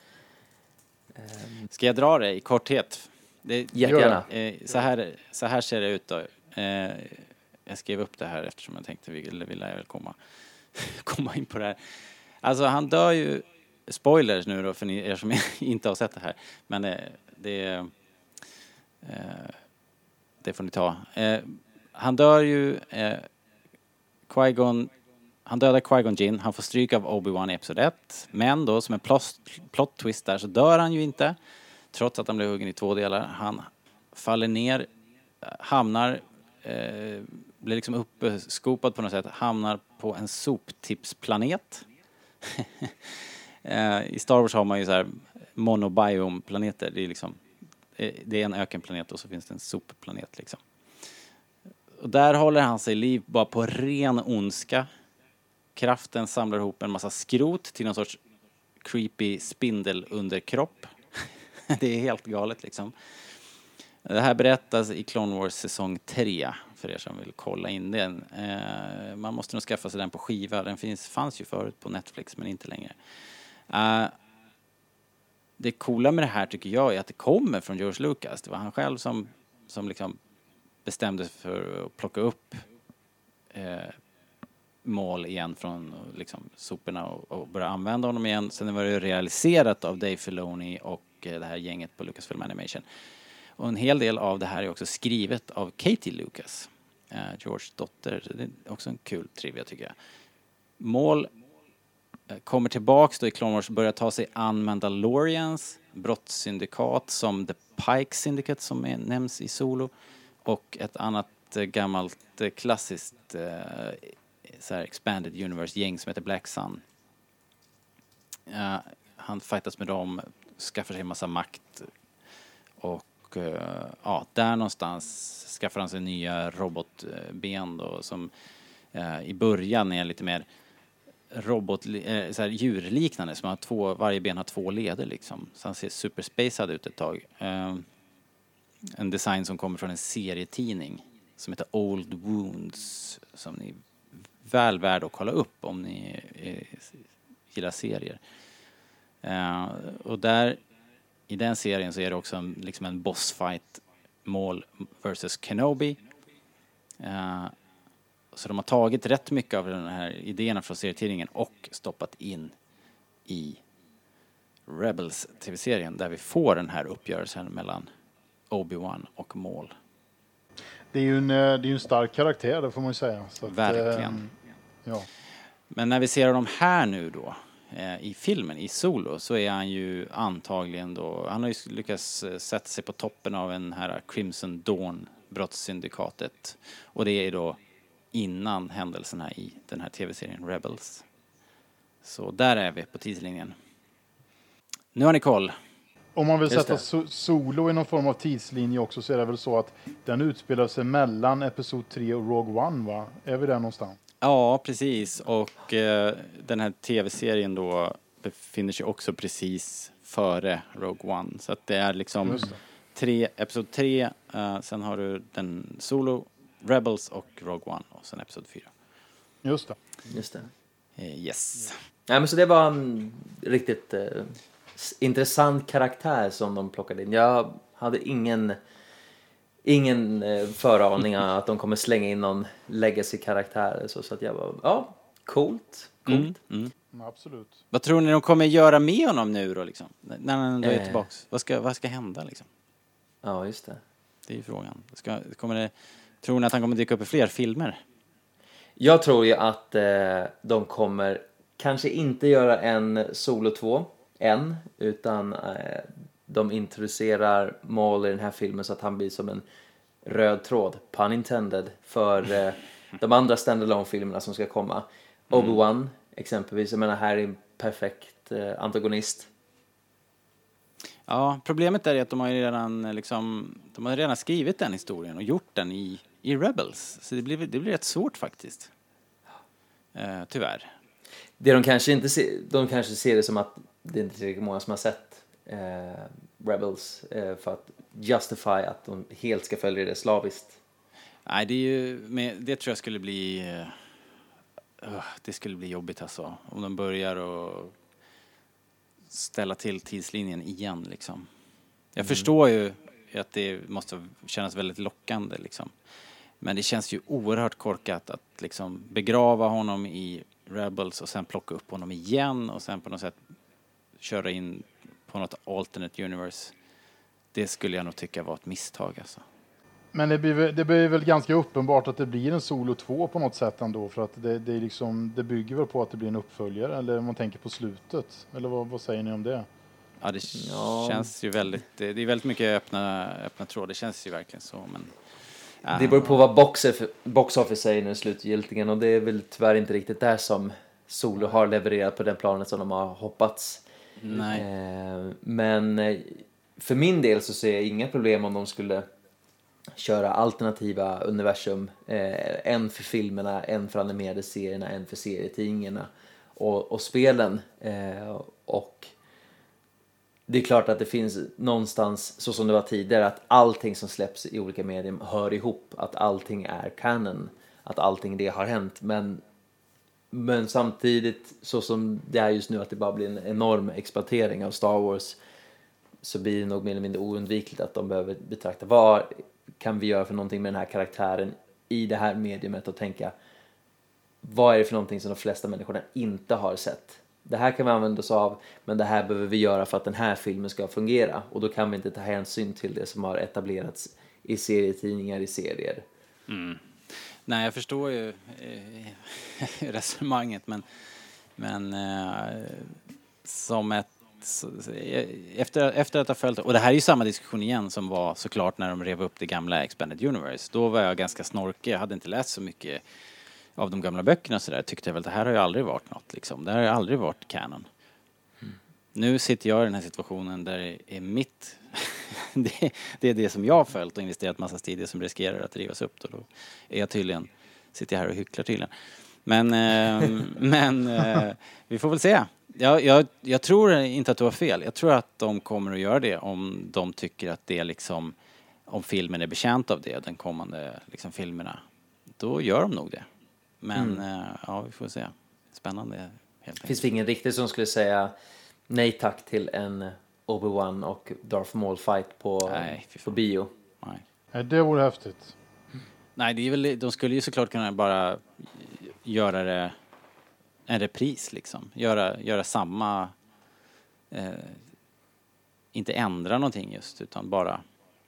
eh, ska jag dra det i korthet? Det, jättegärna. Eh, så, här, så här ser det ut då. Eh, jag skrev upp det här eftersom jag tänkte vi ville, ville jag väl komma, komma in på det här. Alltså han dör ju, spoilers nu då för ni, er som inte har sett det här, men eh, det eh, det får ni ta. Eh, han dör ju, eh, Qui-Gon han dödar Qui-Gon Jinn, han får stryk av Obi-Wan i episod ett. Men då som en plot, plot twist där så dör han ju inte. Trots att han blev huggen i två delar. Han faller ner, hamnar, eh, blir liksom uppskopad på något sätt. Hamnar på en soptipsplanet. eh, I Star Wars har man ju så här monobiome-planeter. Det är liksom, det är en ökenplanet och så finns det en sopplanet liksom. Och där håller han sig liv bara på ren ondska. Kraften samlar ihop en massa skrot till någon sorts creepy spindelunderkropp. Det är helt galet liksom. Det här berättas i Clone Wars säsong tre för er som vill kolla in den. Eh, man måste nog skaffa sig den på skiva. Den finns, fanns ju förut på Netflix men inte längre. Eh, det coola med det här tycker jag är att det kommer från George Lucas. Det var han själv som, som liksom bestämde för att plocka upp eh, mål igen från liksom, soporna och, och börja använda honom igen. Sen var det realiserat av Dave Filoni och eh, det här gänget på Lucasfilm Animation. Och en hel del av det här är också skrivet av Katie Lucas, eh, Georges dotter. Så det är också en kul trivia tycker jag. Mål eh, kommer tillbaks då i Clone Wars, börjar ta sig an Mandalorians, brottssyndikat som The Pike Syndicate som är, nämns i Solo. Och ett annat eh, gammalt eh, klassiskt eh, så här expanded universe-gäng som heter Black Sun. Uh, han fightas med dem, skaffar sig en massa makt och uh, ja, där någonstans skaffar han sig nya robotben då, som uh, i början är lite mer robot, uh, så här djurliknande som har två, varje ben har två leder liksom. Så han ser superspacad ut ett tag. Uh, en design som kommer från en serietidning som heter Old Wounds som ni väl värd att kolla upp om ni eh, gillar serier. Uh, och där i den serien så är det också en, liksom en bossfight Maul versus Kenobi. Uh, så de har tagit rätt mycket av den här idéerna från serietidningen och stoppat in i Rebels tv-serien där vi får den här uppgörelsen mellan Obi-Wan och Maul. Det är ju en, det är ju en stark karaktär, det får man ju säga. Så att, verkligen. Eh, ja. Men när vi ser honom här nu då, eh, i filmen, i Solo, så är han ju antagligen då, han har ju lyckats sätta sig på toppen av en här Crimson Dawn brottssyndikatet. Och det är då innan händelserna i den här tv-serien Rebels. Så där är vi på tidslinjen. Nu har ni koll. Om man vill sätta so- Solo i någon form av tidslinje också så är det väl så att den utspelar sig mellan episod tre och Rogue One, va? Är vi där någonstans? Ja, precis. Och eh, den här tv-serien då befinner sig också precis före Rogue One. Så att det är liksom tre, episod tre, eh, sen har du den Solo, Rebels och Rogue One och sen episod fyra. Just det. Just det. Eh, yes. Nej, men så det var en riktigt eh, intressant karaktär som de plockade in. Jag hade ingen ingen eh, föraning att de kommer slänga in någon legacy-karaktär så, så att jag var, ja, coolt. Coolt. Mm, mm. Ja, absolut. Vad tror ni de kommer göra med honom nu då liksom? När han är Eh. tillbaks? Vad ska, vad ska hända liksom? Ja, just det. Det är ju frågan. Ska, kommer det, tror ni att han kommer dyka upp i fler filmer? Jag tror ju att eh, de kommer kanske inte göra en Solo två än, utan eh, de introducerar Maul i den här filmen så att han blir som en röd tråd, pun intended, för eh, de andra standalone-filmerna som ska komma. Mm. Obi-Wan exempelvis, jag menar här är en perfekt eh, antagonist. Ja, problemet är att de har ju redan liksom, de har redan skrivit den historien och gjort den i, i Rebels. Så det blir, det blir rätt svårt faktiskt. Uh, tyvärr. Det de kanske inte ser, de kanske ser det som att det är inte tillräckligt många som har sett eh, Rebels eh, för att justify att de helt ska följa det slaviskt. Nej, det är ju, med, det tror jag skulle bli uh, det skulle bli jobbigt alltså. Om de börjar och ställa till tidslinjen igen liksom. Jag mm. förstår ju att det måste kännas väldigt lockande liksom. Men det känns ju oerhört korkat att liksom begrava honom i Rebels och sen plocka upp honom igen och sen på något sätt köra in på något alternate universe. Det skulle jag nog tycka var ett misstag alltså. Men det blir, det blir väl ganska uppenbart att det blir en Solo två på något sätt ändå, för att det, det, är liksom, det bygger väl på att det blir en uppföljare, eller om man tänker på slutet. Eller vad, vad säger ni om det? Ja, det Ja. känns ju väldigt, det är väldigt mycket öppna, öppna tråd, det känns ju verkligen så, men... Ja. Det beror på vad box, box office säger nu slutgiltigen, och det är väl tyvärr inte riktigt där som Solo har levererat på den planen som de har hoppats. Nej. Eh, men eh, för min del så ser jag inga problem om de skulle köra alternativa universum, eh, en för filmerna, en för animerade serierna, en för serietidningarna och, och spelen. Eh, och det är klart att det finns någonstans, så som det var tidigare, att allting som släpps i olika medium hör ihop, att allting är canon, att allting det har hänt, men men samtidigt, så som det är just nu, att det bara blir en enorm exploatering av Star Wars, så blir det nog mer eller mindre oundvikligt att de behöver betrakta vad kan vi göra för någonting med den här karaktären i det här mediumet, och tänka vad är det för någonting som de flesta människorna inte har sett. Det här kan vi använda oss av, men det här behöver vi göra för att den här filmen ska fungera, och då kan vi inte ta hänsyn till det som har etablerats i serietidningar, i serier. Mm. Nej, jag förstår ju eh, resonemanget, men, men eh, som ett så, efter, efter att ha följt, och det här är ju samma diskussion igen som var såklart när de rev upp det gamla Expanded Universe. Då var jag ganska snorkig, jag hade inte läst så mycket av de gamla böckerna, så där tyckte jag väl det här har ju aldrig varit något liksom. Det här har ju aldrig varit canon. Mm. Nu sitter jag i den här situationen där det är mitt det, det är det som jag har följt och investerat massa tid i, som riskerar att rivas upp, och då är jag tydligen, sitter jag här och hycklar tydligen. Men, eh, men eh, vi får väl se. Jag, jag, jag tror inte att du har fel. Jag tror att de kommer att göra det om de tycker att det är liksom, om filmen är bekänt av det, den kommande liksom filmerna. Då gör de nog det. Men mm. eh, ja, vi får se. Spännande helt enkelt. Finns det ingen riktigt som skulle säga nej tack till en Obi-Wan och Darth Maul fight på, nej, på bio? Nej. Nej, det vore häftigt. Nej, det är väl, de skulle ju såklart kunna bara göra det en repris liksom. Göra, göra samma eh, inte ändra någonting just, utan bara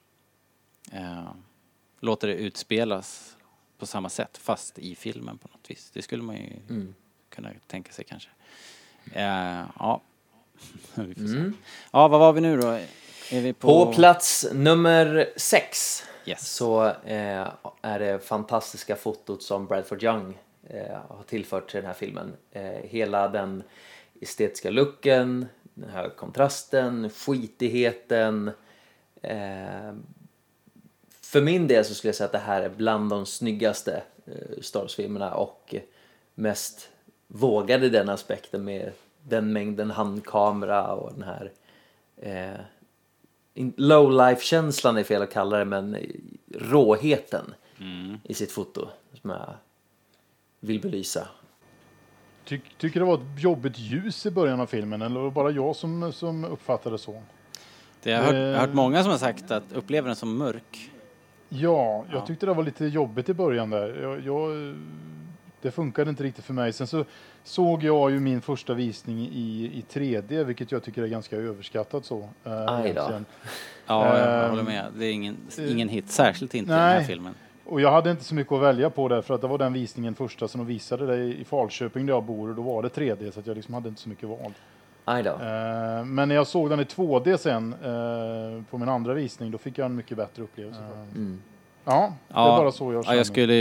eh, låta det utspelas på samma sätt fast i filmen på något vis. Det skulle man ju mm. kunna tänka sig kanske. Eh, ja. Vi får se. Mm. Ja, vad var vi nu då? Är vi på... på plats nummer sex yes. så eh, är det fantastiska fotot som Bradford Young eh, har tillfört till den här filmen. Eh, hela den estetiska looken, den här kontrasten, skitigheten. Eh, för min del så skulle jag säga att det här är bland de snyggaste eh, Star Wars-filmerna, och mest vågade den aspekten med den mängden handkamera och den här eh, low-life-känslan är fel att kalla det, men råheten mm. i sitt foto som jag vill belysa. Ty, tycker det var ett jobbigt ljus i början av filmen, eller var det bara jag som, som uppfattade det så? Det jag har hört, jag har hört många som har sagt att upplever den som mörk. Ja, jag ja. tyckte det var lite jobbigt i början där. Jag, jag, det funkade inte riktigt för mig. Sen så såg jag ju min första visning i, i tre D, vilket jag tycker är ganska överskattat så. Äh, Aj då. Ja, jag håller med. Det är ingen, ingen hit, särskilt inte nej. i den här filmen. Och jag hade inte så mycket att välja på där, för att det var den visningen första som de visade det i Falköping där jag bor, och då var det tre D, så att jag liksom hade inte så mycket val. Aj då. Uh, men när jag såg den i två D sen uh, på min andra visning, då fick jag en mycket bättre upplevelse. Uh, mm. Ja, det ja, är bara så jag känner. Ja, jag skulle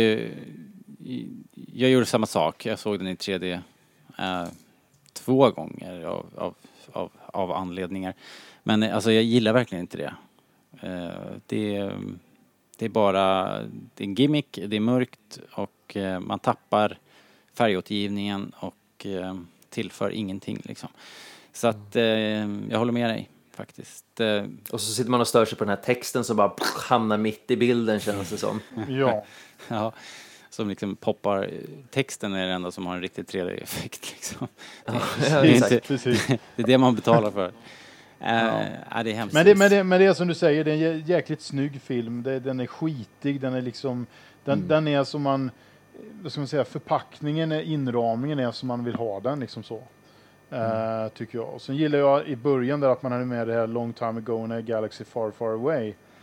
jag gjorde samma sak. Jag såg den i tre D uh, två gånger av, av, av, av anledningar. Men alltså jag gillar verkligen inte det. Uh, det Det är bara, det är en gimmick, det är mörkt, och eh, man tappar färgåtergivningen och eh, tillför ingenting liksom. Så att eh, jag håller med dig faktiskt. Eh, och så sitter man och stör sig på den här texten som bara pff, hamnar mitt i bilden, känns det som. Ja. Ja, som liksom poppar. Texten är det enda som har en riktigt tre D-effekt liksom. Ja, det, ja, är inte, precis. det är det man betalar för. Ja. Äh, det är men, det, men, det, men det är som du säger, det är en jäkligt snygg film. Det, den är skitig, den är liksom den, mm. den är som man, vad ska man säga, förpackningen, är, inramningen är som man vill ha den liksom så. Mm. Uh, tycker jag. Och sen gillar jag i början där att man hade med det här Long Time Ago in a Galaxy Far Far Away.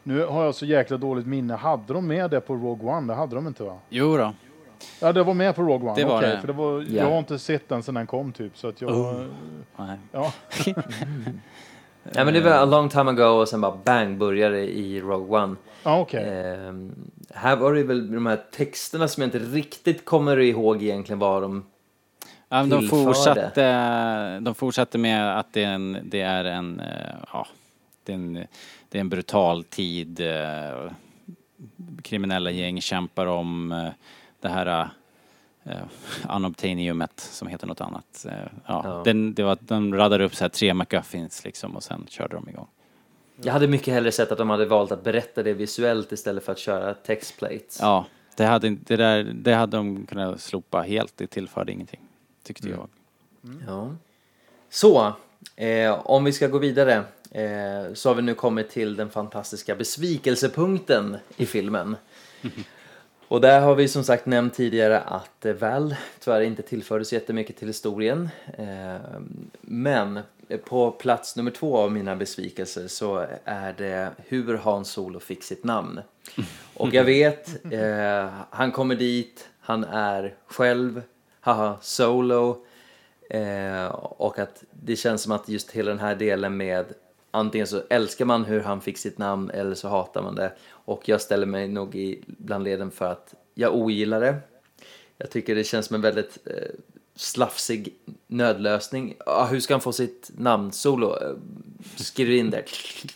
Nu har jag så jäkla dåligt minne. Hade de med det på Rogue One? Det hade de inte, va? Jo då. Ja, det var med på Rogue One. Det var Okej, det. för det var, Ja. jag har inte sett den sedan den kom typ. Så att jag... Oh. Nej. Ja. Ja, men det var a long time ago och sen bara bang började i Rogue One. Ja, okej. Ehm, här var det väl de här texterna som jag inte riktigt kommer ihåg egentligen vad de Ja, men de, tillförde. fortsatte, de fortsatte med att det är en, det är en, eh, ja, det är en, det är en brutal tid. eh, Kriminella gäng kämpar om eh, det här eh, unobtainiumet som heter något annat. Eh, ja, Ja. Den, det var, de radade upp så här tre MacGuffins liksom och sen körde de igång. Jag hade mycket hellre sett att de hade valt att berätta det visuellt istället för att köra textplates. Ja, det hade, det där, det hade de kunnat slopa helt. Det tillförde ingenting, tyckte jag. Ja. Så, eh, om vi ska gå vidare eh, så har vi nu kommit till den fantastiska besvikelsepunkten i filmen. Och där har vi som sagt nämnt tidigare att eh, Val tyvärr inte tillfördes jättemycket till historien. Eh, men på plats nummer två av mina besvikelser så är det hur Han Solo fick sitt namn. Och jag vet, eh, han kommer dit, han är själv, haha, Solo. Eh, och att det känns som att just hela den här delen med antingen så älskar man hur han fick sitt namn eller så hatar man det. Och jag ställer mig nog i bland leden för att jag ogillar det. Jag tycker det känns som en väldigt eh, slafsig nödlösning. Ah, hur ska han få sitt namn? Solo? Eh, skriv in där.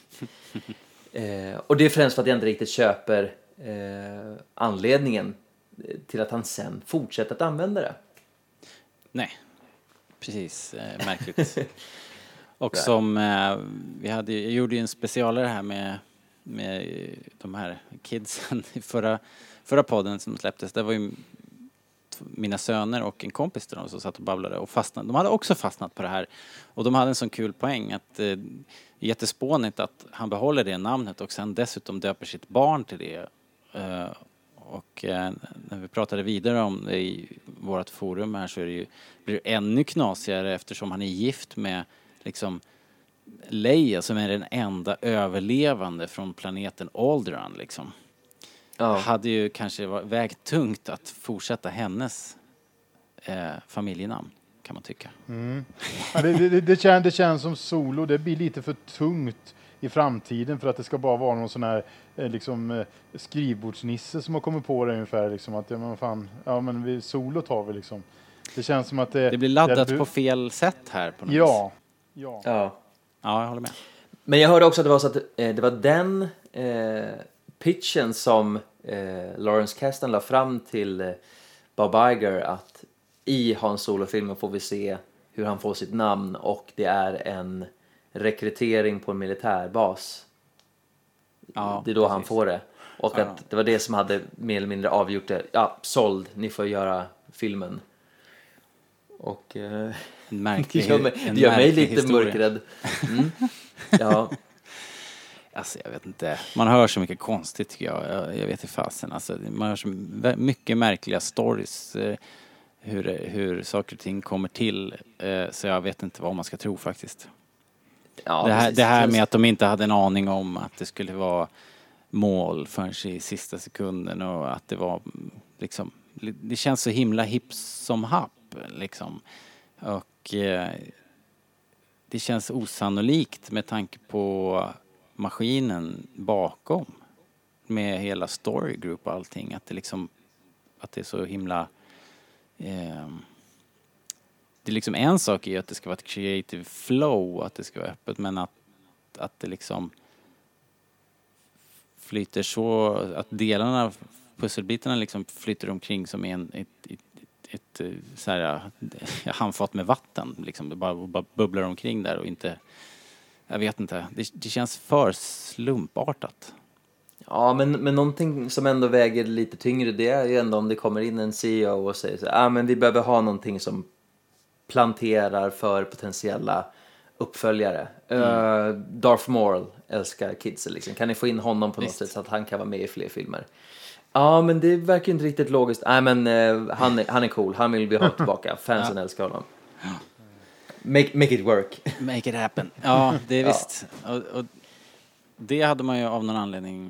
eh, och det är främst för att jag inte riktigt köper eh, anledningen till att han sen fortsätter att använda det. Nej, precis. Eh, märkligt. Och som eh, vi hade, jag gjorde ju en specialare här med, med de här kidsen i förra, förra podden som släpptes. Det var ju mina söner och en kompis till dem som satt och babblade och fastnade. De hade också fastnat på det här. Och de hade en sån kul poäng att eh, jättespånigt att han behåller det namnet och sen dessutom döper sitt barn till det. Eh, och eh, när vi pratade vidare om det i vårt forum här så är det ju, blir det ännu knasigare eftersom han är gift med liksom Leia som är den enda överlevande från planeten Alderaan liksom. Ja. Hade ju kanske vägt tungt att fortsätta hennes eh, familjenamn kan man tycka. Mm. Ja, det, det, det, känns, det känns som Solo, det blir lite för tungt i framtiden för att det ska bara vara någon sån här eh, liksom, eh, skrivbordsnisse som har kommit på det ungefär. Liksom, att, ja, men fan, ja, men vi, Solo tar vi liksom. Det känns som att det... Det blir laddat det, på fel sätt här på något ja, vis. ja. Ja. Ja, jag håller med. Men jag hörde också att det var så att eh, det var den eh, pitchen som eh, Lawrence Kasdan la fram till eh, Bob Iger att i Han Solo-filmen får vi se hur han får sitt namn och det är en rekrytering på en militärbas. Ja, det är då precis. han får det. Och Ja. att det var det som hade mer eller mindre avgjort det. Ja, såld, ni får göra filmen. Och eh, En märklig, det gör mig, en det gör mig märklig lite historia. mörkrädd. Mm. Ja. Alltså jag vet inte. Man hör så mycket konstigt tycker jag. Jag, jag vet inte fasen. Alltså, man hör så mycket märkliga stories. Eh, hur, hur saker och ting kommer till. Eh, så jag vet inte vad man ska tro faktiskt. Ja, det, här, precis. det här med att de inte hade en aning om att det skulle vara mål förrän i sista sekunden. Och att det var liksom... Det känns så himla hipp som happ liksom. Och eh, det känns osannolikt med tanke på maskinen bakom med hela story group och allting att det liksom att det är så himla eh, det är liksom en sak är att det ska vara ett creative flow att det ska vara öppet men att att det liksom flyter så att delarna pusselbitarna liksom flyter omkring som en ett, ett, ett, ett så här handfat med vatten liksom det bara, bara bubblar omkring där och inte jag vet inte. Det, det känns för slumpartat. Ja, men, men någonting som ändå väger lite tyngre det är ju ändå om det kommer in en C E O och säger så här, ah, men vi behöver ha någonting som planterar för potentiella uppföljare. Mm. Uh, Darth Maul älskar kidsen liksom. Kan ni få in honom på Visst. något sätt så att han kan vara med i fler filmer? Ja, men det verkar inte riktigt logiskt. Nej, men uh, han, är, han är cool. Han vill vi ha tillbaka. Fansen ja. älskar honom. Make, make it work. Make it happen. Ja, det är visst. Och, och det hade man ju av någon anledning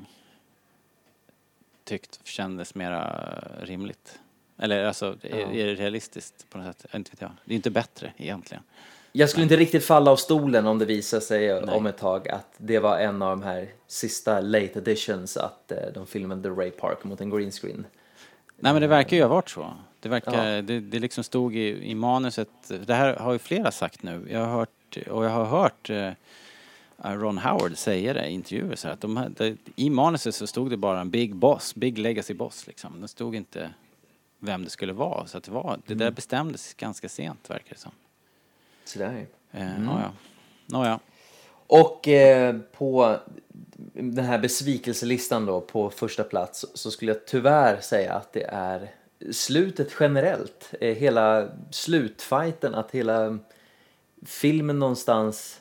tyckt kändes mera rimligt. Eller alltså, är, Ja. är det realistiskt på något sätt? Inte vet jag. Det är inte bättre egentligen. Jag skulle inte riktigt falla av stolen om det visar sig Nej. om ett tag att det var en av de här sista late editions att eh, de filmade Ray Park mot en green screen. Nej, men det verkar ju ha varit så. Det verkar, Ja. det, det liksom stod i, i manuset. Det här har ju flera sagt nu. Jag har hört, och jag har hört eh, Ron Howard säga det i intervjuer så här, att de, här- det, i manuset så stod det bara en big boss, big legacy boss liksom. Det stod inte vem det skulle vara. Så att det var, det där bestämdes ganska sent verkar det som. Sådär. Eh, Nåja. Nåja. Och eh, på den här besvikelselistan då på första plats så skulle jag tyvärr säga att det är slutet generellt. Eh, hela slutfighten, att hela filmen någonstans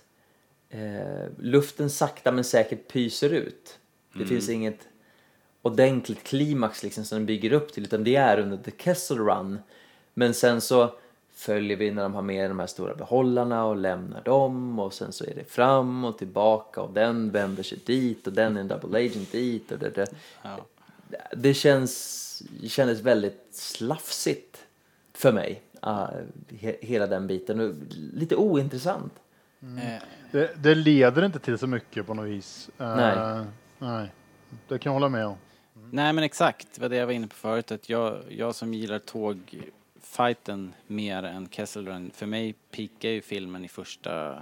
eh, luften sakta men säkert pyser ut. Det finns inget ordentligt klimax liksom som den bygger upp till, utan det är under The Kessel Run. Men sen så följer vi när de har med de här stora behållarna och lämnar dem, och sen så är det fram och tillbaka och den vänder sig dit och den är en double agent dit och det, det. Ja. Det känns det kändes väldigt slafsigt för mig, uh, he, hela den biten, och lite ointressant. Eh, Det, det leder inte till så mycket på något vis. Eh, Nej. nej. Det kan jag hålla med om. Nej, men exakt. Det var det jag var inne på förut. Att jag, jag som gillar tågfighten mer än Kessel Run. För mig pikar ju filmen i första...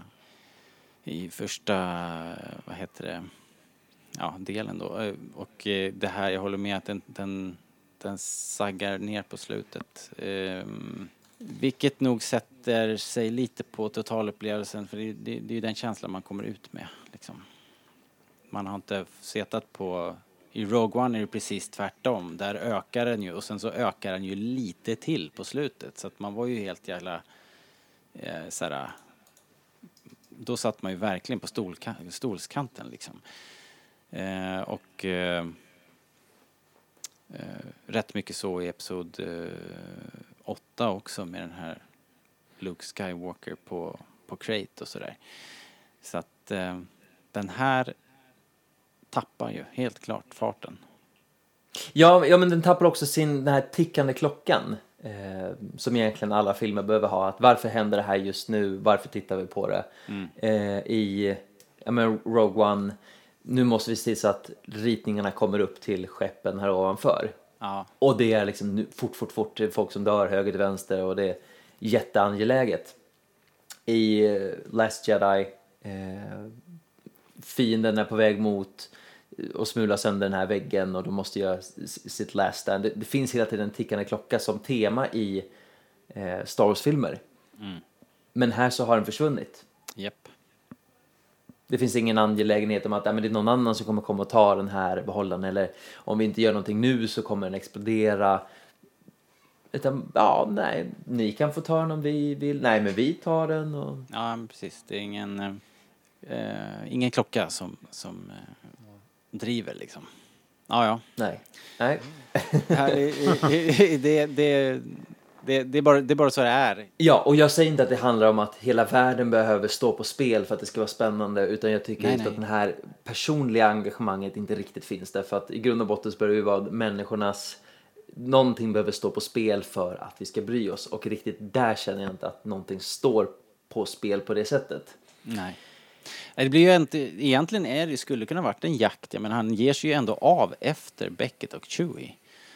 I första... Vad heter det? Ja, delen då. Och eh, det här, jag håller med att den, den, den saggar ner på slutet. Ehm, vilket nog sätter sig lite på totalupplevelsen. För det, det, det är ju den känslan man kommer ut med. Liksom. Man har inte setat på... I Rogue One är det precis tvärtom. Där ökar den ju, och sen så ökar den ju lite till på slutet. Så att man var ju helt jävla... Eh, såhär, då satt man ju verkligen på stolka- stolskanten liksom. Eh, och eh, eh, rätt mycket så i episod eh, åtta också, med den här Luke Skywalker på, på Crate och sådär. Så att eh, den här tappar ju helt klart farten. Ja, ja, men den tappar också sin den här tickande klockan eh, som egentligen alla filmer behöver ha. Att varför händer det här just nu? Varför tittar vi på det? Mm. Eh, I ja, men Rogue One, nu måste vi se så att ritningarna kommer upp till skeppen här ovanför. Ja. Och det är liksom nu, fort, fort, fort, det är folk som dör höger till vänster, och det är jätteangeläget. I eh, Last Jedi, eh, fienden är på väg mot och smula sönder den här väggen, och de måste göra sitt last stand. Det, det finns hela tiden en tickande klocka som tema i eh, Star Wars-filmer. Mm. Men här så har den försvunnit. Japp. Det finns ingen angelägenhet om att ja, men det är någon annan som kommer komma och ta den här behållaren, eller om vi inte gör någonting nu så kommer den explodera. Utan, ja, nej, ni kan få ta den om vi vill. Nej, men vi tar den. Och... Ja, men precis. Det är ingen, eh, ingen klocka som, som eh, driver liksom. Ja, ja. Nej. Nej. Här är, är, det, det, det, det, är bara, det är bara så det är. Ja, och jag säger inte att det handlar om att hela världen behöver stå på spel för att det ska vara spännande, utan jag tycker Nej, just nej. att det här personliga engagemanget inte riktigt finns där, för att i grund och botten så bör det ju vara människornas, någonting behöver stå på spel för att vi ska bry oss, och riktigt där känner jag inte att någonting står på spel på det sättet. Nej. Det blir ju inte, egentligen är det, skulle kunna varit en jakt. Jag menar, han ger sig ju ändå av efter Beckett och Chewie.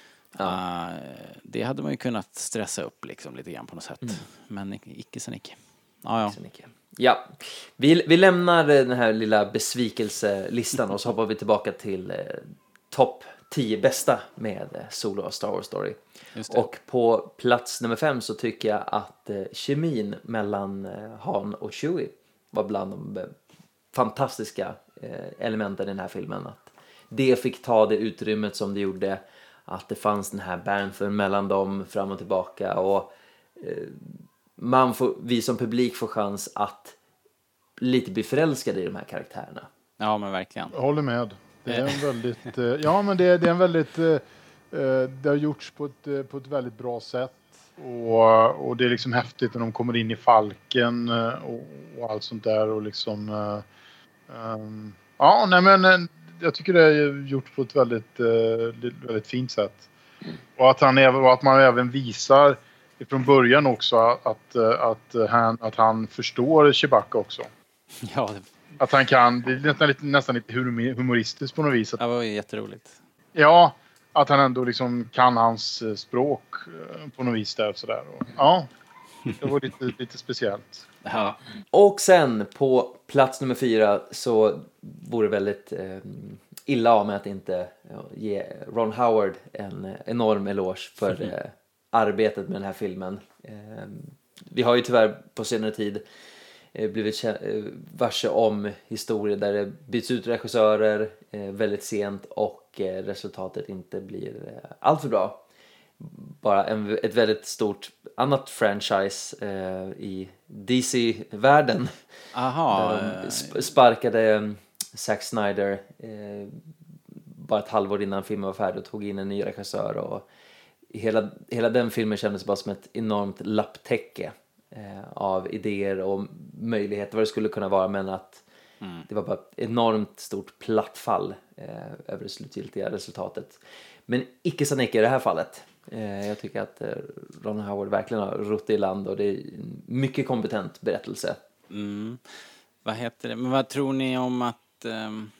Ja. Uh, det hade man ju kunnat stressa upp liksom lite grann på något sätt. Mm. Men icke sen icke. Ja, ja. Så mycket. Ja, vi, vi lämnar den här lilla besvikelselistan och så hoppar vi tillbaka till eh, topp tio bästa med eh, Solo och Star Wars Story. Just det. Och på plats nummer fem så tycker jag att eh, kemin mellan eh, Han och Chewie var bland de eh, fantastiska eh, elementen i den här filmen. Att det fick ta det utrymmet som det gjorde, att det fanns den här banthen mellan dem fram och tillbaka, och eh, man får, vi som publik får chans att lite bli förälskade i de här karaktärerna. Ja, men verkligen. Jag håller med. Det är en väldigt, eh, ja men det, det är en väldigt, eh, eh, det har gjorts på ett, eh, på ett väldigt bra sätt. Och, och det är liksom häftigt när de kommer in i Falken eh, och, och allt sånt där, och liksom, eh, um, Ja, nej men eh, jag tycker det är gjort på ett väldigt, eh, väldigt fint sätt. Och att, han även, och att man även visar från början också att, att, han, att han förstår Chewbacca också. Ja, det, Att han kan, det är nästan lite, nästan lite humoristiskt på något vis. det var ju jätteroligt. Ja, att han ändå liksom kan hans språk på något vis där och sådär. Och, ja, det var lite, lite speciellt. Ja. Och sen på plats nummer fyra så vore det väldigt eh, illa av mig att inte ja, ge Ron Howard en enorm eloge för mm. eh, arbetet med den här filmen. Eh, vi har ju tyvärr på senare tid eh, blivit eh, varse om historier där det byts ut regissörer eh, väldigt sent och eh, resultatet inte blir eh, allt för bra. Bara en, ett väldigt stort annat franchise eh, i D C-världen. Aha. Där de sp- sparkade Zack Snyder eh, bara ett halvår innan filmen var färdig och tog in en ny regissör. Och hela, hela den filmen kändes bara som ett enormt lapptäcke eh, av idéer och möjligheter vad det skulle kunna vara, men att mm. det var bara ett enormt stort plattfall eh, över det slutgiltiga resultatet. Men icke så mycket i det här fallet. Jag tycker att Ron Howard verkligen har rott i land och det är en mycket kompetent berättelse. Mm. Vad heter det? Men vad tror ni om att um,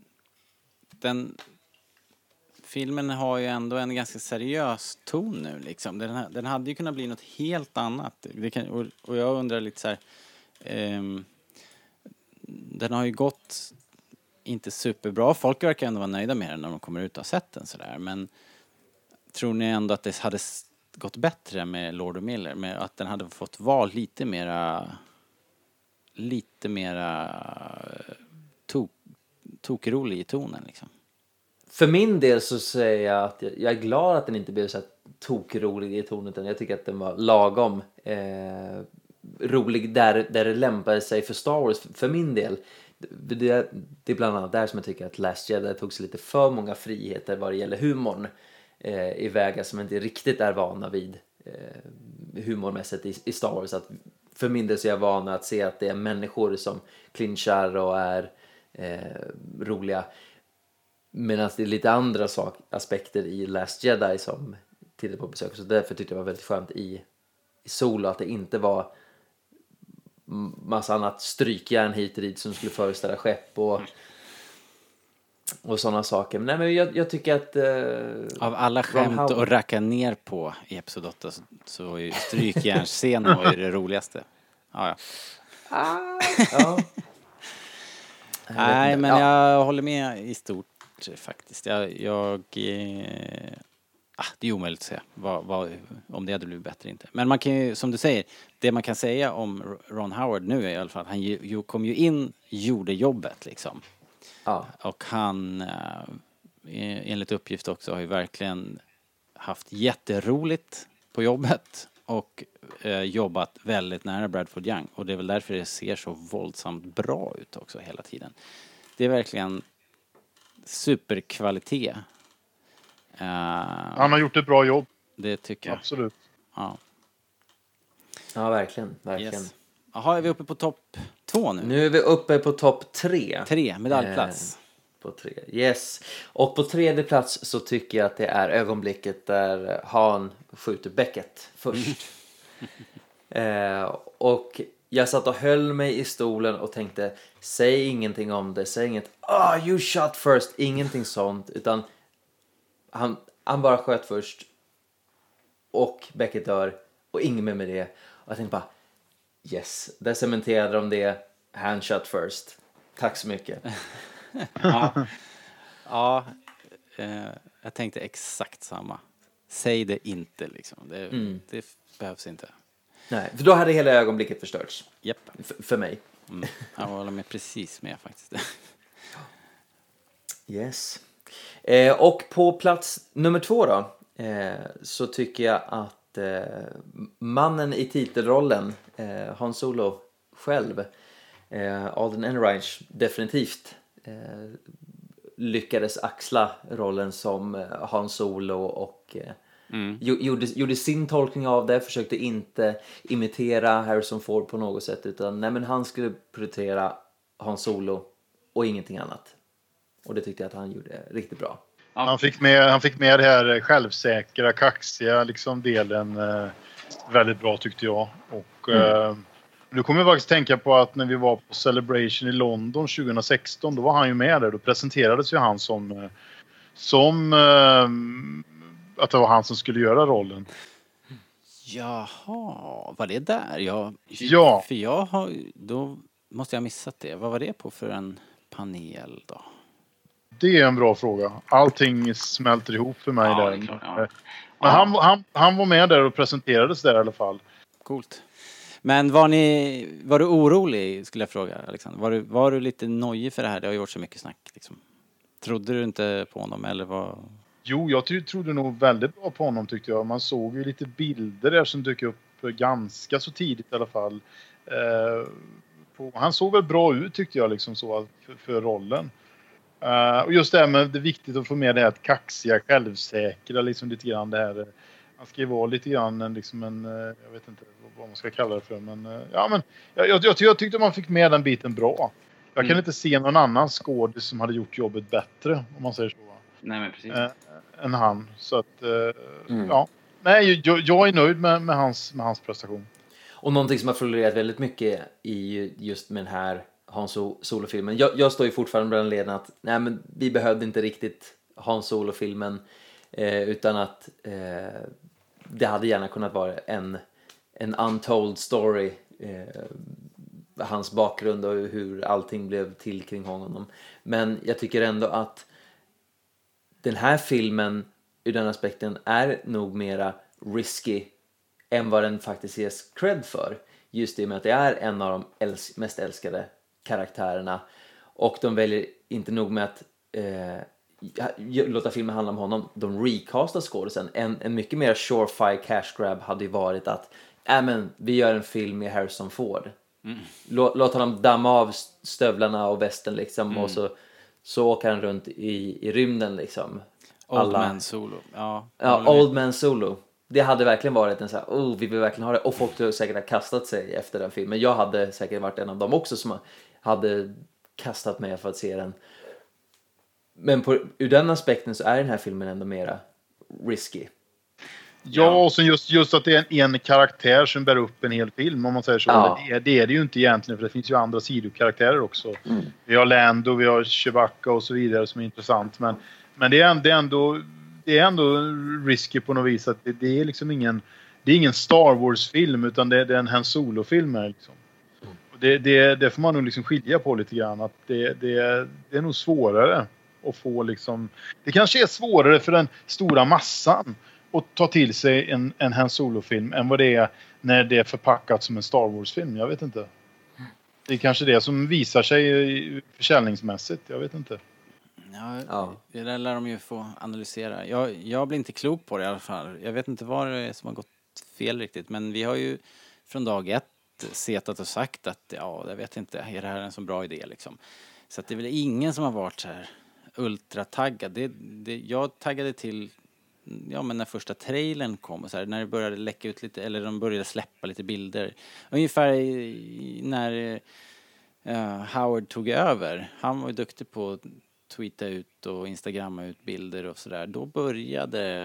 den filmen har ju ändå en ganska seriös ton nu liksom. Den, här, den hade ju kunnat bli något helt annat. Det kan, och, och jag undrar lite så här um, den har ju gått inte superbra. Folk verkar ändå vara nöjda med den när de kommer ut och har sett den sådär, men tror ni ändå att det hade gått bättre med Lord och Miller? Med att den hade fått vara lite mera lite mera tok, tokrolig i tonen liksom? För min del så säger jag att jag, jag är glad att den inte blev så här tokrolig i tonen, utan jag tycker att den var lagom eh, rolig där, där det lämpade sig för Star Wars. För min del, det, det är bland annat där som jag tycker att Last Jedi tog sig lite för många friheter vad det gäller humorn. Eh, i vägar som inte riktigt är vana vid eh, humormässigt i, i Star Wars. Att för min del så är jag van att se att det är människor som clinchar och är eh, roliga, medan det är lite andra sak, aspekter i Last Jedi som tittade på besök. Så därför tyckte jag det var väldigt skönt i, i Solo att det inte var massa annat strykjärn hit och dit som skulle föreställa skepp och och sådana saker. Men, nej, men jag, jag tycker att uh, av alla skämt Howard att racka ner på i episod åtta så, så var ju strykjärnsscenen var ju det roligaste. Ja, ja. Ah, ja. Nej, men ja. Jag håller med i stort faktiskt. Jag, jag eh, ah, det är omöjligt att säga vad, vad, om det hade blivit bättre inte. Men man kan ju, som du säger, det man kan säga om Ron Howard nu är i alla fall att han ju, ju, kom ju in, gjorde jobbet liksom. Ja. Och han äh, enligt uppgift också har ju verkligen haft jätteroligt på jobbet och äh, jobbat väldigt nära Bradford Young, och det är väl därför det ser så våldsamt bra ut också hela tiden. Det är verkligen superkvalitet. Uh, han har gjort ett bra jobb. Det tycker jag. Absolut. Ja, ja verkligen. verkligen. Yes. Jaha, är vi uppe på topp två nu? Nu är vi uppe på topp tre. Tre, medaljplats. Eh, på tre, yes. Och på tredje plats så tycker jag att det är ögonblicket där Han skjuter Beckett först. eh, och jag satt och höll mig i stolen och tänkte, säg ingenting om det, säg inget, ah, oh, you shot first, ingenting sånt, utan han, han bara sköt först och Beckett dör och ingen mer med det. Och jag tänkte bara, yes, där cementerade de det. Han shot first. Tack så mycket. ja, ja eh, jag tänkte exakt samma. Säg det inte liksom. Det, mm. det behövs inte. Nej, för då hade hela ögonblicket förstörts. Japp. F- för mig. Mm. Jag håller med precis med faktiskt. Yes. Eh, och på plats nummer två då eh, så tycker jag att eh, mannen i titelrollen, eh, Han Solo själv, eh, Alden Ehrenreich, definitivt eh, lyckades axla rollen som eh, Han Solo och eh, mm. gjorde, gjorde sin tolkning av det, försökte inte imitera Harrison Ford på något sätt, utan nej, men han skulle prioritera Han Solo och ingenting annat. Och det tyckte jag att han gjorde riktigt bra. Ja. Han fick med, han fick med det här självsäkra, kaxiga liksom delen eh, väldigt bra tyckte jag. Och mm. eh, nu kommer jag faktiskt tänka på att när vi var på Celebration i London tjugo sexton, då var han ju med där. Då presenterades ju han som, som eh, att det var han som skulle göra rollen. Jaha, var det där? Jag, ja. För jag har, då måste jag ha missat det. Vad var det på för en panel då? Det är en bra fråga. Allting smälter ihop för mig ja, där. Det är klart, ja. Men ja. han, han, han var med där och presenterades där i alla fall. Coolt. Men var ni, var du orolig skulle jag fråga Alexander? Var du, var du lite nojig för det här? Det har ju gjort så mycket snack liksom. Trodde du inte på honom eller vad? Jo, jag ty- trodde nog väldigt bra på honom tyckte jag. Man såg ju lite bilder där som dök upp ganska så tidigt i alla fall. Eh, på, han såg väl bra ut tyckte jag liksom så för, för rollen. Uh, och just det här med det är viktigt att få med det här kaxiga, självsäkra liksom lite grann det här. Han ska ju vara lite grann en, liksom en, jag vet inte vad man ska kalla det för, men uh, ja men jag, jag, jag, jag tyckte man fick med den biten bra. Jag kan mm. inte se någon annan skådis som hade gjort jobbet bättre om man säger så. Nej men precis. Uh, än han så att uh, mm. ja, nej jag, jag är nöjd med, med hans med hans prestation. Och någonting som har florerat väldigt mycket i just med den här Han Solo-filmen. Jag, jag står ju fortfarande bland leden att nej, men vi behövde inte riktigt Han Solo-filmen eh, utan att eh, det hade gärna kunnat vara en, en untold story. Eh, hans bakgrund och hur allting blev till kring honom. Men jag tycker ändå att den här filmen ur den aspekten är nog mera risky än vad den faktiskt ges cred för. Just det med att det är en av de äls- mest älskade karaktärerna och de väljer inte nog med att eh, låta filmen handla om honom, de recastar skådisen. En, en mycket mer surefire cash grab hade ju varit att äh, men, vi gör en film med Harrison Ford. Mm. Låt, låt honom damma av stövlarna och västen liksom mm. och så, så åker han runt i, i rymden liksom. Old Alla, Man Solo. Ja, ja Old Man Solo. Det hade verkligen varit en så här, oh, vi vill verkligen ha det. Och folk har säkert kastat sig efter den filmen. Jag hade säkert varit en av dem också som hade kastat mig för att se den. Men på, ur den aspekten så är den här filmen ändå mera risky. Ja, och så just, just att det är en, en karaktär som bär upp en hel film om man säger så. Ja. Det, är, det är det ju inte egentligen för det finns ju andra sidokaraktärer också. Mm. Vi har Lando, vi har Chewbacca och så vidare som är intressant. Men, men det, är, det, är ändå, det är ändå risky på något vis att det, det är liksom ingen, det är ingen Star Wars-film utan det, det är en Han Solo-film här liksom. Mm. Och det, det, det får man nog liksom skilja på lite grann. Att det, det, det är nog svårare att få liksom... Det kanske är svårare för den stora massan att ta till sig en, en Han Solo-film än vad det är när det är förpackat som en Star Wars-film. Jag vet inte. Det är kanske det som visar sig försäljningsmässigt. Jag vet inte. Ja, ja. Det där lär de ju få analysera. Jag, jag blir inte klok på det i alla fall. Jag vet inte vad det är som har gått fel riktigt. Men vi har ju från dag ett setat och sagt att ja, jag vet inte, är det här en så bra idé liksom. Så att det är väl ingen som har varit så här ultrataggad. Det, det, jag taggade till ja, men när första trailern kom och så här, när det började läcka ut lite, eller de började släppa lite bilder. Ungefär i, när uh, Howard tog över. Han var ju duktig på att tweeta ut och instagramma ut bilder och sådär. Då började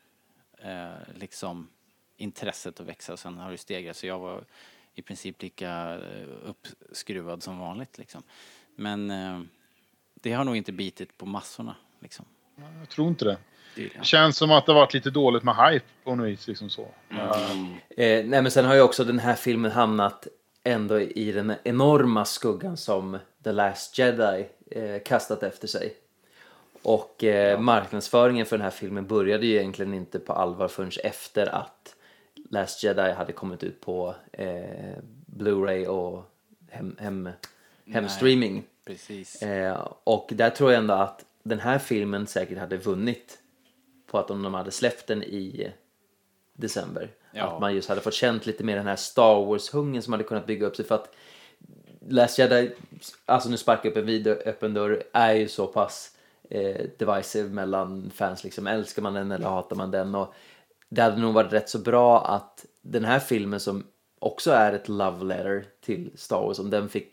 uh, liksom intresset att växa och sen har det stegrat. Så jag var i princip lika uppskruvad som vanligt liksom. Men uh, det har nog inte bitit på massorna liksom. Jag tror inte det. Det känns som att det har varit lite dåligt med hype på något vis liksom så. Mm. Eh, nej men sen har ju också den här filmen hamnat ändå i den enorma skuggan som The Last Jedi eh, kastat efter sig. Och eh, ja. marknadsföringen för den här filmen började ju egentligen inte på allvar förrän efter att Last Jedi hade kommit ut på eh, Blu-ray och hem, hem, hemstreaming. Precis. Eh, och där tror jag ändå att den här filmen säkert hade vunnit på att om de hade släppt den i december. Ja. Att man just hade fått känt lite mer den här Star Wars-hungen som hade kunnat bygga upp sig. För att Last Jedi, alltså nu sparkar upp en vid öppen dörr, är ju så pass eh, divisive mellan fans. Liksom, älskar man den eller hatar man den? Och det hade nog varit rätt så bra att den här filmen som också är ett love letter till Star Wars, om den fick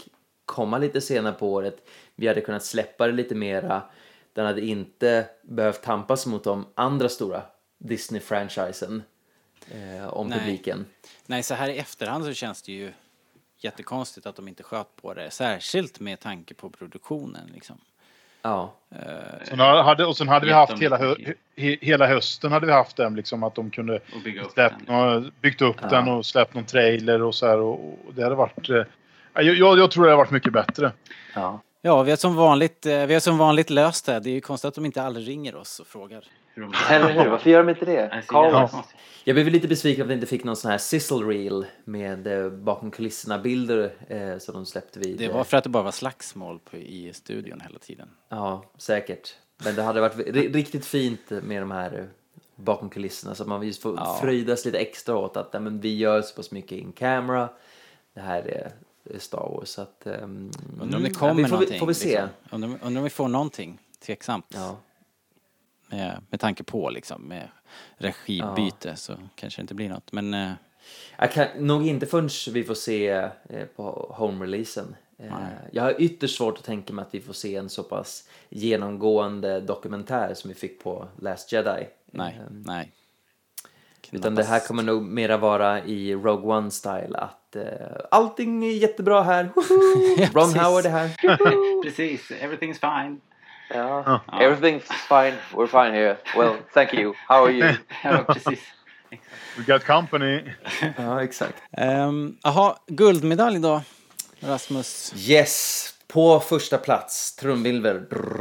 komma lite senare på året. Vi hade kunnat släppa det lite mera. Den hade inte behövt tampas mot de andra stora Disney-franchisen eh, om Nej. publiken. Nej, så här i efterhand så känns det ju jättekonstigt att de inte sköt på det. Särskilt med tanke på produktionen liksom. Ja. Sen hade, och sen hade vi haft hela, hö, Jättemycket. he, hela hösten hade vi haft dem liksom att de kunde Och bygga upp släppt, den. några- byggt upp Ja. den och släppt någon trailer och så här och, och det hade varit eh, jag, jag, jag tror det hade varit mycket bättre. Ja. Ja, vi har som vanligt, eh, vi har som vanligt löst det. Det är ju konstigt att de inte aldrig ringer oss och frågar. Hur de- Eller hur? Varför gör de inte det? Nej, så Carl- jävla Ja. konstigt. Jag blev lite besviken att vi inte fick någon sån här sizzle reel med eh, bakom kulisserna bilder eh, som de släppte vid. Det var för att det bara var slagsmål på, i studion hela tiden. Ja, säkert. Men det hade varit ri- riktigt fint med de här eh, bakom kulisserna så att man just får Ja. fröjdas lite extra åt att nej, men vi gör så pass mycket in camera. Det här är, är Star Wars så att um, Undrar om det kommer vi får, någonting. vi, får vi se. Liksom. Undrar, undrar om vi får någonting. Tveksamt. Ja. Med, med tanke på liksom, med regibyte så kanske det inte blir något. Men eh, Jag kan nog inte förrän vi får se eh, på home-releasen. Eh, jag har ytterst svårt att tänka mig att vi får se en så pass genomgående dokumentär som vi fick på Last Jedi. nej, Eh, nej. Utan det här kommer nog mera vara i Rogue One-style att eh, allting är jättebra här. Woho! Ja, Ron precis. Howard är här. Precis, everything's fine. Yeah. Everything's fine. We're fine here. Well, thank you. How are you? Ja, precis. We got company. Ja, exakt. Ehm, Jaha, guldmedalj då, Rasmus. Yes, på första plats, trumvirvel.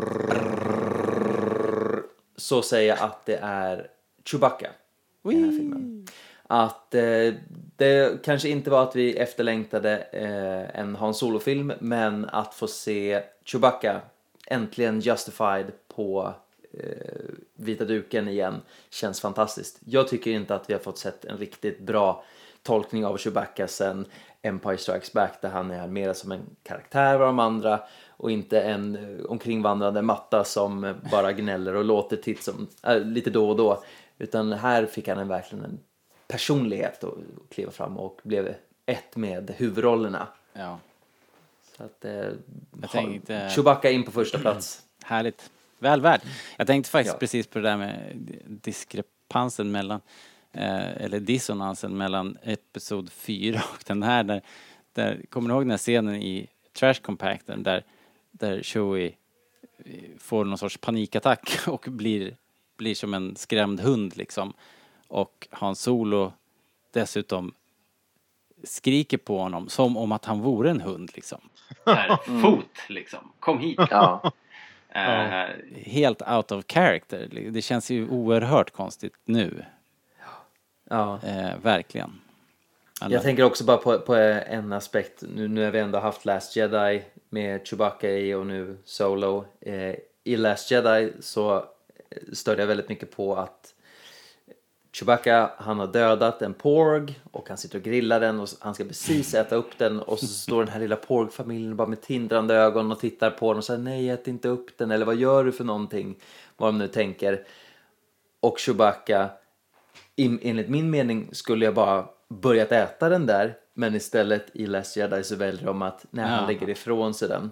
Så säger jag att det är Chewbacca i den här filmen. Att eh, det kanske inte var att vi efterlängtade eh, en Han Solo-film, men att få se Chewbacca äntligen justified på eh, vita duken igen känns fantastiskt. Jag tycker inte att vi har fått sett en riktigt bra tolkning av Chewbacca sen Empire Strikes Back, där han är mer som en karaktär av de andra och inte en eh, omkringvandrande matta som eh, bara gnäller och låter titt som, äh, lite då och då. Utan här fick han en, verkligen en personlighet och, och kliva fram och blev ett med huvudrollerna. Ja, Så att, eh, jag tänkte... Chewbacca in på första plats. Härligt. Väl värd. Jag tänkte faktiskt Ja. precis på det där med diskrepansen mellan, eh, eller dissonansen mellan episod fyra och den här. Där, där, kommer ni ihåg den här scenen i Trash Compactor där, där Chewie får någon sorts panikattack och blir, blir som en skrämd hund liksom. Och Han Solo dessutom skriker på honom som om att han vore en hund liksom. Där, fot liksom. Kom hit. Ja. Eh, Helt out of character. Det känns ju oerhört konstigt nu. Ja. Eh, verkligen. Alla- Jag tänker också bara på, på en aspekt. Nu, nu har vi ändå haft Last Jedi med Chewbacca i och nu Solo. Eh, I Last Jedi så störde jag väldigt mycket på att Chewbacca, han har dödat en porg och han sitter och grillar den och han ska precis äta upp den och så står den här lilla porgfamiljen bara med tindrande ögon och tittar på den och säger nej, ät inte upp den, eller vad gör du för någonting, vad de nu tänker. Och Chewbacca, in, enligt min mening skulle jag bara börjat äta den där, men istället i Last Jedi så väljer de att när han Ja. lägger ifrån sig den.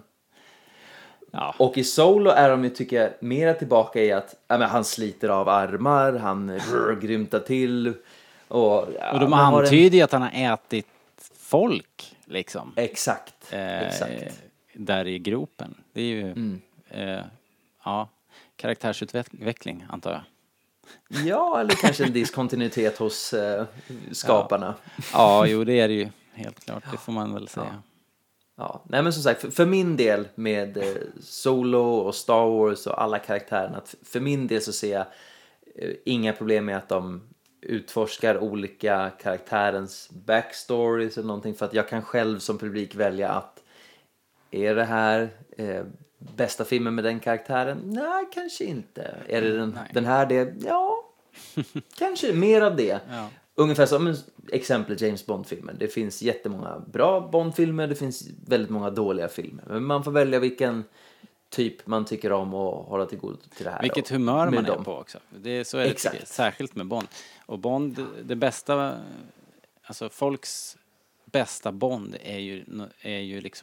Ja. Och i Solo är de ju, tycker jag, mera tillbaka i att ja, men han sliter av armar, han rrr, grymtar till. Och, ja, Och de man har en- antyder ju att han har ätit folk, liksom. Exakt, Eh, exakt. Där i gropen. Det är ju, Mm. eh, ja, karaktärsutveckling, antar jag. Ja, eller kanske en diskontinuitet hos eh, skaparna. Ja. Ja, jo, det är det ju. Helt klart, det får man väl säga. Ja. Nej, men som sagt, för, för min del med eh, Solo och Star Wars och alla karaktärerna, att för min del så ser jag eh, inga problem med att de utforskar olika karaktärens backstories eller någonting, för att jag kan själv som publik välja att är det här eh, bästa filmen med den karaktären? Nej, kanske inte. Är det den, den här det? Ja, kanske mer av det. Ja. Ungefär som exempel James Bond-filmer. Det finns jättemånga bra Bond-filmer, det finns väldigt många dåliga filmer. Men man får välja vilken typ man tycker om och hålla till god till det här. Vilket och, humör med man är dem. på också. Det är, så är det Exakt. tycker jag, särskilt med Bond. Och Bond, det bästa, alltså folks bästa Bond är ju, är ju liksom ett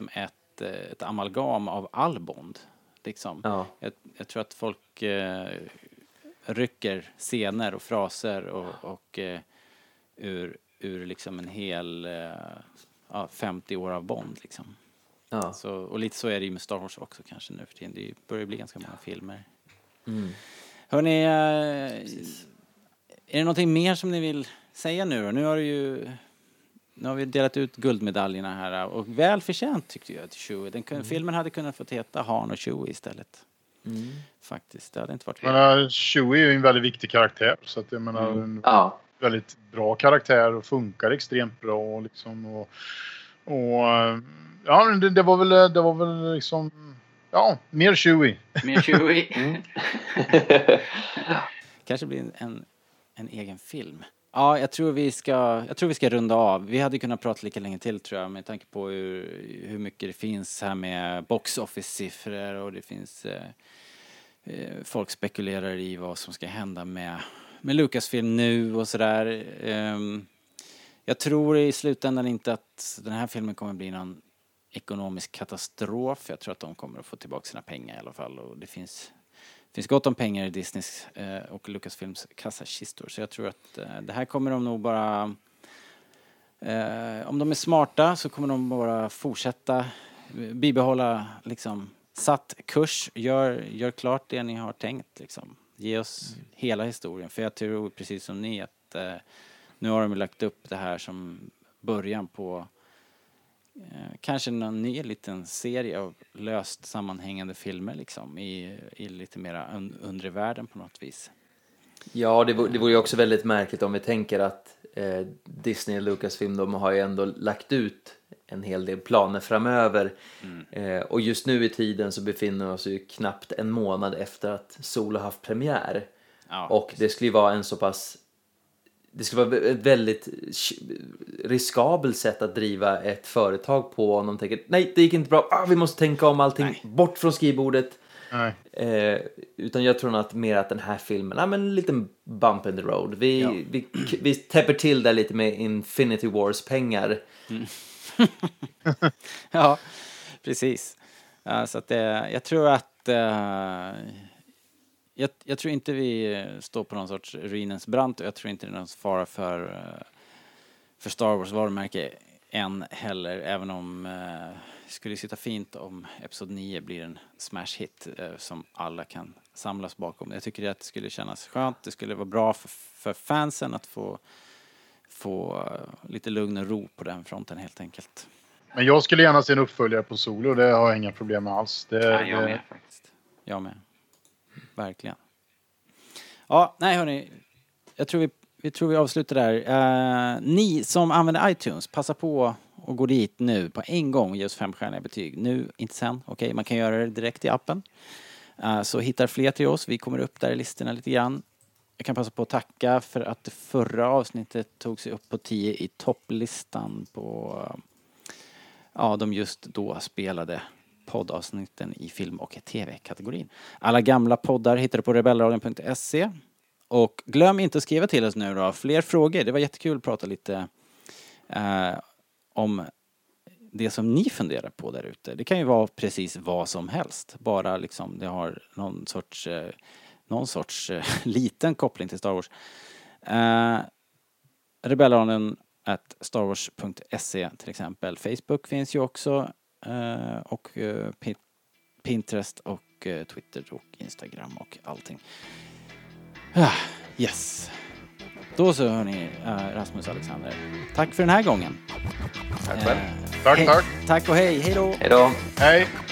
ett, ett amalgam av all Bond. Liksom. Ja. Jag, jag tror att folk eh, rycker scener och fraser och, och eh, ur, ur liksom en hel eh, ja, femtio år av Bond. Liksom. Ja. Så, och lite så är det ju med Star Wars också kanske nu för tiden. Det börjar bli ganska många filmer. Mm. Hörrni, eh, är det någonting mer som ni vill säga nu då? Nu har, det ju, nu har vi delat ut guldmedaljerna här och väl förtjänt tyckte jag till Chewie. Den kunde, mm. Filmen hade kunnat få heta Han och Chewie istället. Mm. Faktiskt, det hade inte varit fel. Men Chewie är ju en väldigt viktig karaktär så att jag menar mm. en ja. väldigt bra karaktär och funkar extremt bra och liksom och, och ja, det, det var väl det var väl liksom ja, mer Chewie. Mer Chewie. Mm. Kanske blir en, en en egen film. Ja, jag tror vi ska jag tror vi ska runda av. Vi hade kunnat prata lika länge till tror jag med tanke på hur, hur mycket det finns här med box office-siffror och det finns eh, folk spekulerar i vad som ska hända med med Lucasfilm nu och sådär. Um, jag tror i slutändan inte att den här filmen kommer bli någon ekonomisk katastrof. Jag tror att de kommer att få tillbaka sina pengar i alla fall och det finns Det finns gott om pengar i Disneys eh, och Lucasfilms kassakistor. Så jag tror att eh, det här kommer de nog bara... Eh, om de är smarta så kommer de bara fortsätta bibehålla liksom satt kurs. Gör, gör klart det ni har tänkt. Liksom. Ge oss mm. hela historien. För jag tror precis som ni att eh, nu har de lagt upp det här som början på Eh, kanske någon ny liten serie av löst sammanhängande filmer liksom i, i lite mera un, undre världen på något vis. Ja, det, det vore ju också väldigt märkligt om vi tänker att eh, Disney och Lucasfilm de har ju ändå lagt ut en hel del planer framöver. Mm. Eh, och just nu i tiden så befinner vi oss ju knappt en månad efter att Solo haft premiär. Ja, och precis. Det skulle ju vara en så pass Det skulle vara ett väldigt riskabelt sätt att driva ett företag på om de tänker, nej det gick inte bra, ah, vi måste tänka om allting, nej. Bort från skrivbordet. Nej. Eh, utan jag tror nog att mer att den här filmen, ja, men en liten bump in the road. Vi, ja. vi, vi täpper till där lite med Infinity Wars pengar. Mm. Ja, precis. Ja, så att det, jag tror att uh, Jag, jag tror inte vi står på någon sorts ruinens brant och jag tror inte det är någon fara för, för Star Wars varumärke än heller, även om eh, det skulle sitta fint om Episod nio blir en smash hit eh, som alla kan samlas bakom. Jag tycker att det skulle kännas skönt, det skulle vara bra för, för fansen att få, få lite lugn och ro på den fronten helt enkelt. Men jag skulle gärna se en uppföljare på Solo, det har jag inga problem med alls. Det, ja, jag med faktiskt. Jag med. Verkligen. Ja, nej hörni. Jag tror vi, vi tror vi avslutar där. Uh, ni som använder iTunes, passa på och gå dit nu på en gång och ge oss femstjärniga betyg. Nu, inte sen. Okej, okay, man kan göra det direkt i appen. Uh, så hittar fler till oss. Vi kommer upp där i listorna lite grann. Jag kan passa på att tacka för att det förra avsnittet tog sig upp på tio i topplistan på uh, ja, de just då spelade poddavsnitten i film- och tv-kategorin. Alla gamla poddar hittar du på rebellradion punkt se. Och glöm inte att skriva till oss nu då. Fler frågor. Det var jättekul att prata lite eh, om det som ni funderar på där ute. Det kan ju vara precis vad som helst. Bara liksom det har någon sorts, eh, någon sorts eh, liten koppling till Star Wars. Eh, rebellradion at starwars punkt se till exempel. Facebook finns ju också. Uh, och uh, Pinterest och uh, Twitter och Instagram och allting. Uh, yes. Då så hörni, uh, Rasmus Alexander. Tack för den här gången. Tack själv. Uh, tack, hej, tack. Tack och hej. Hej då. Hej då. Hej.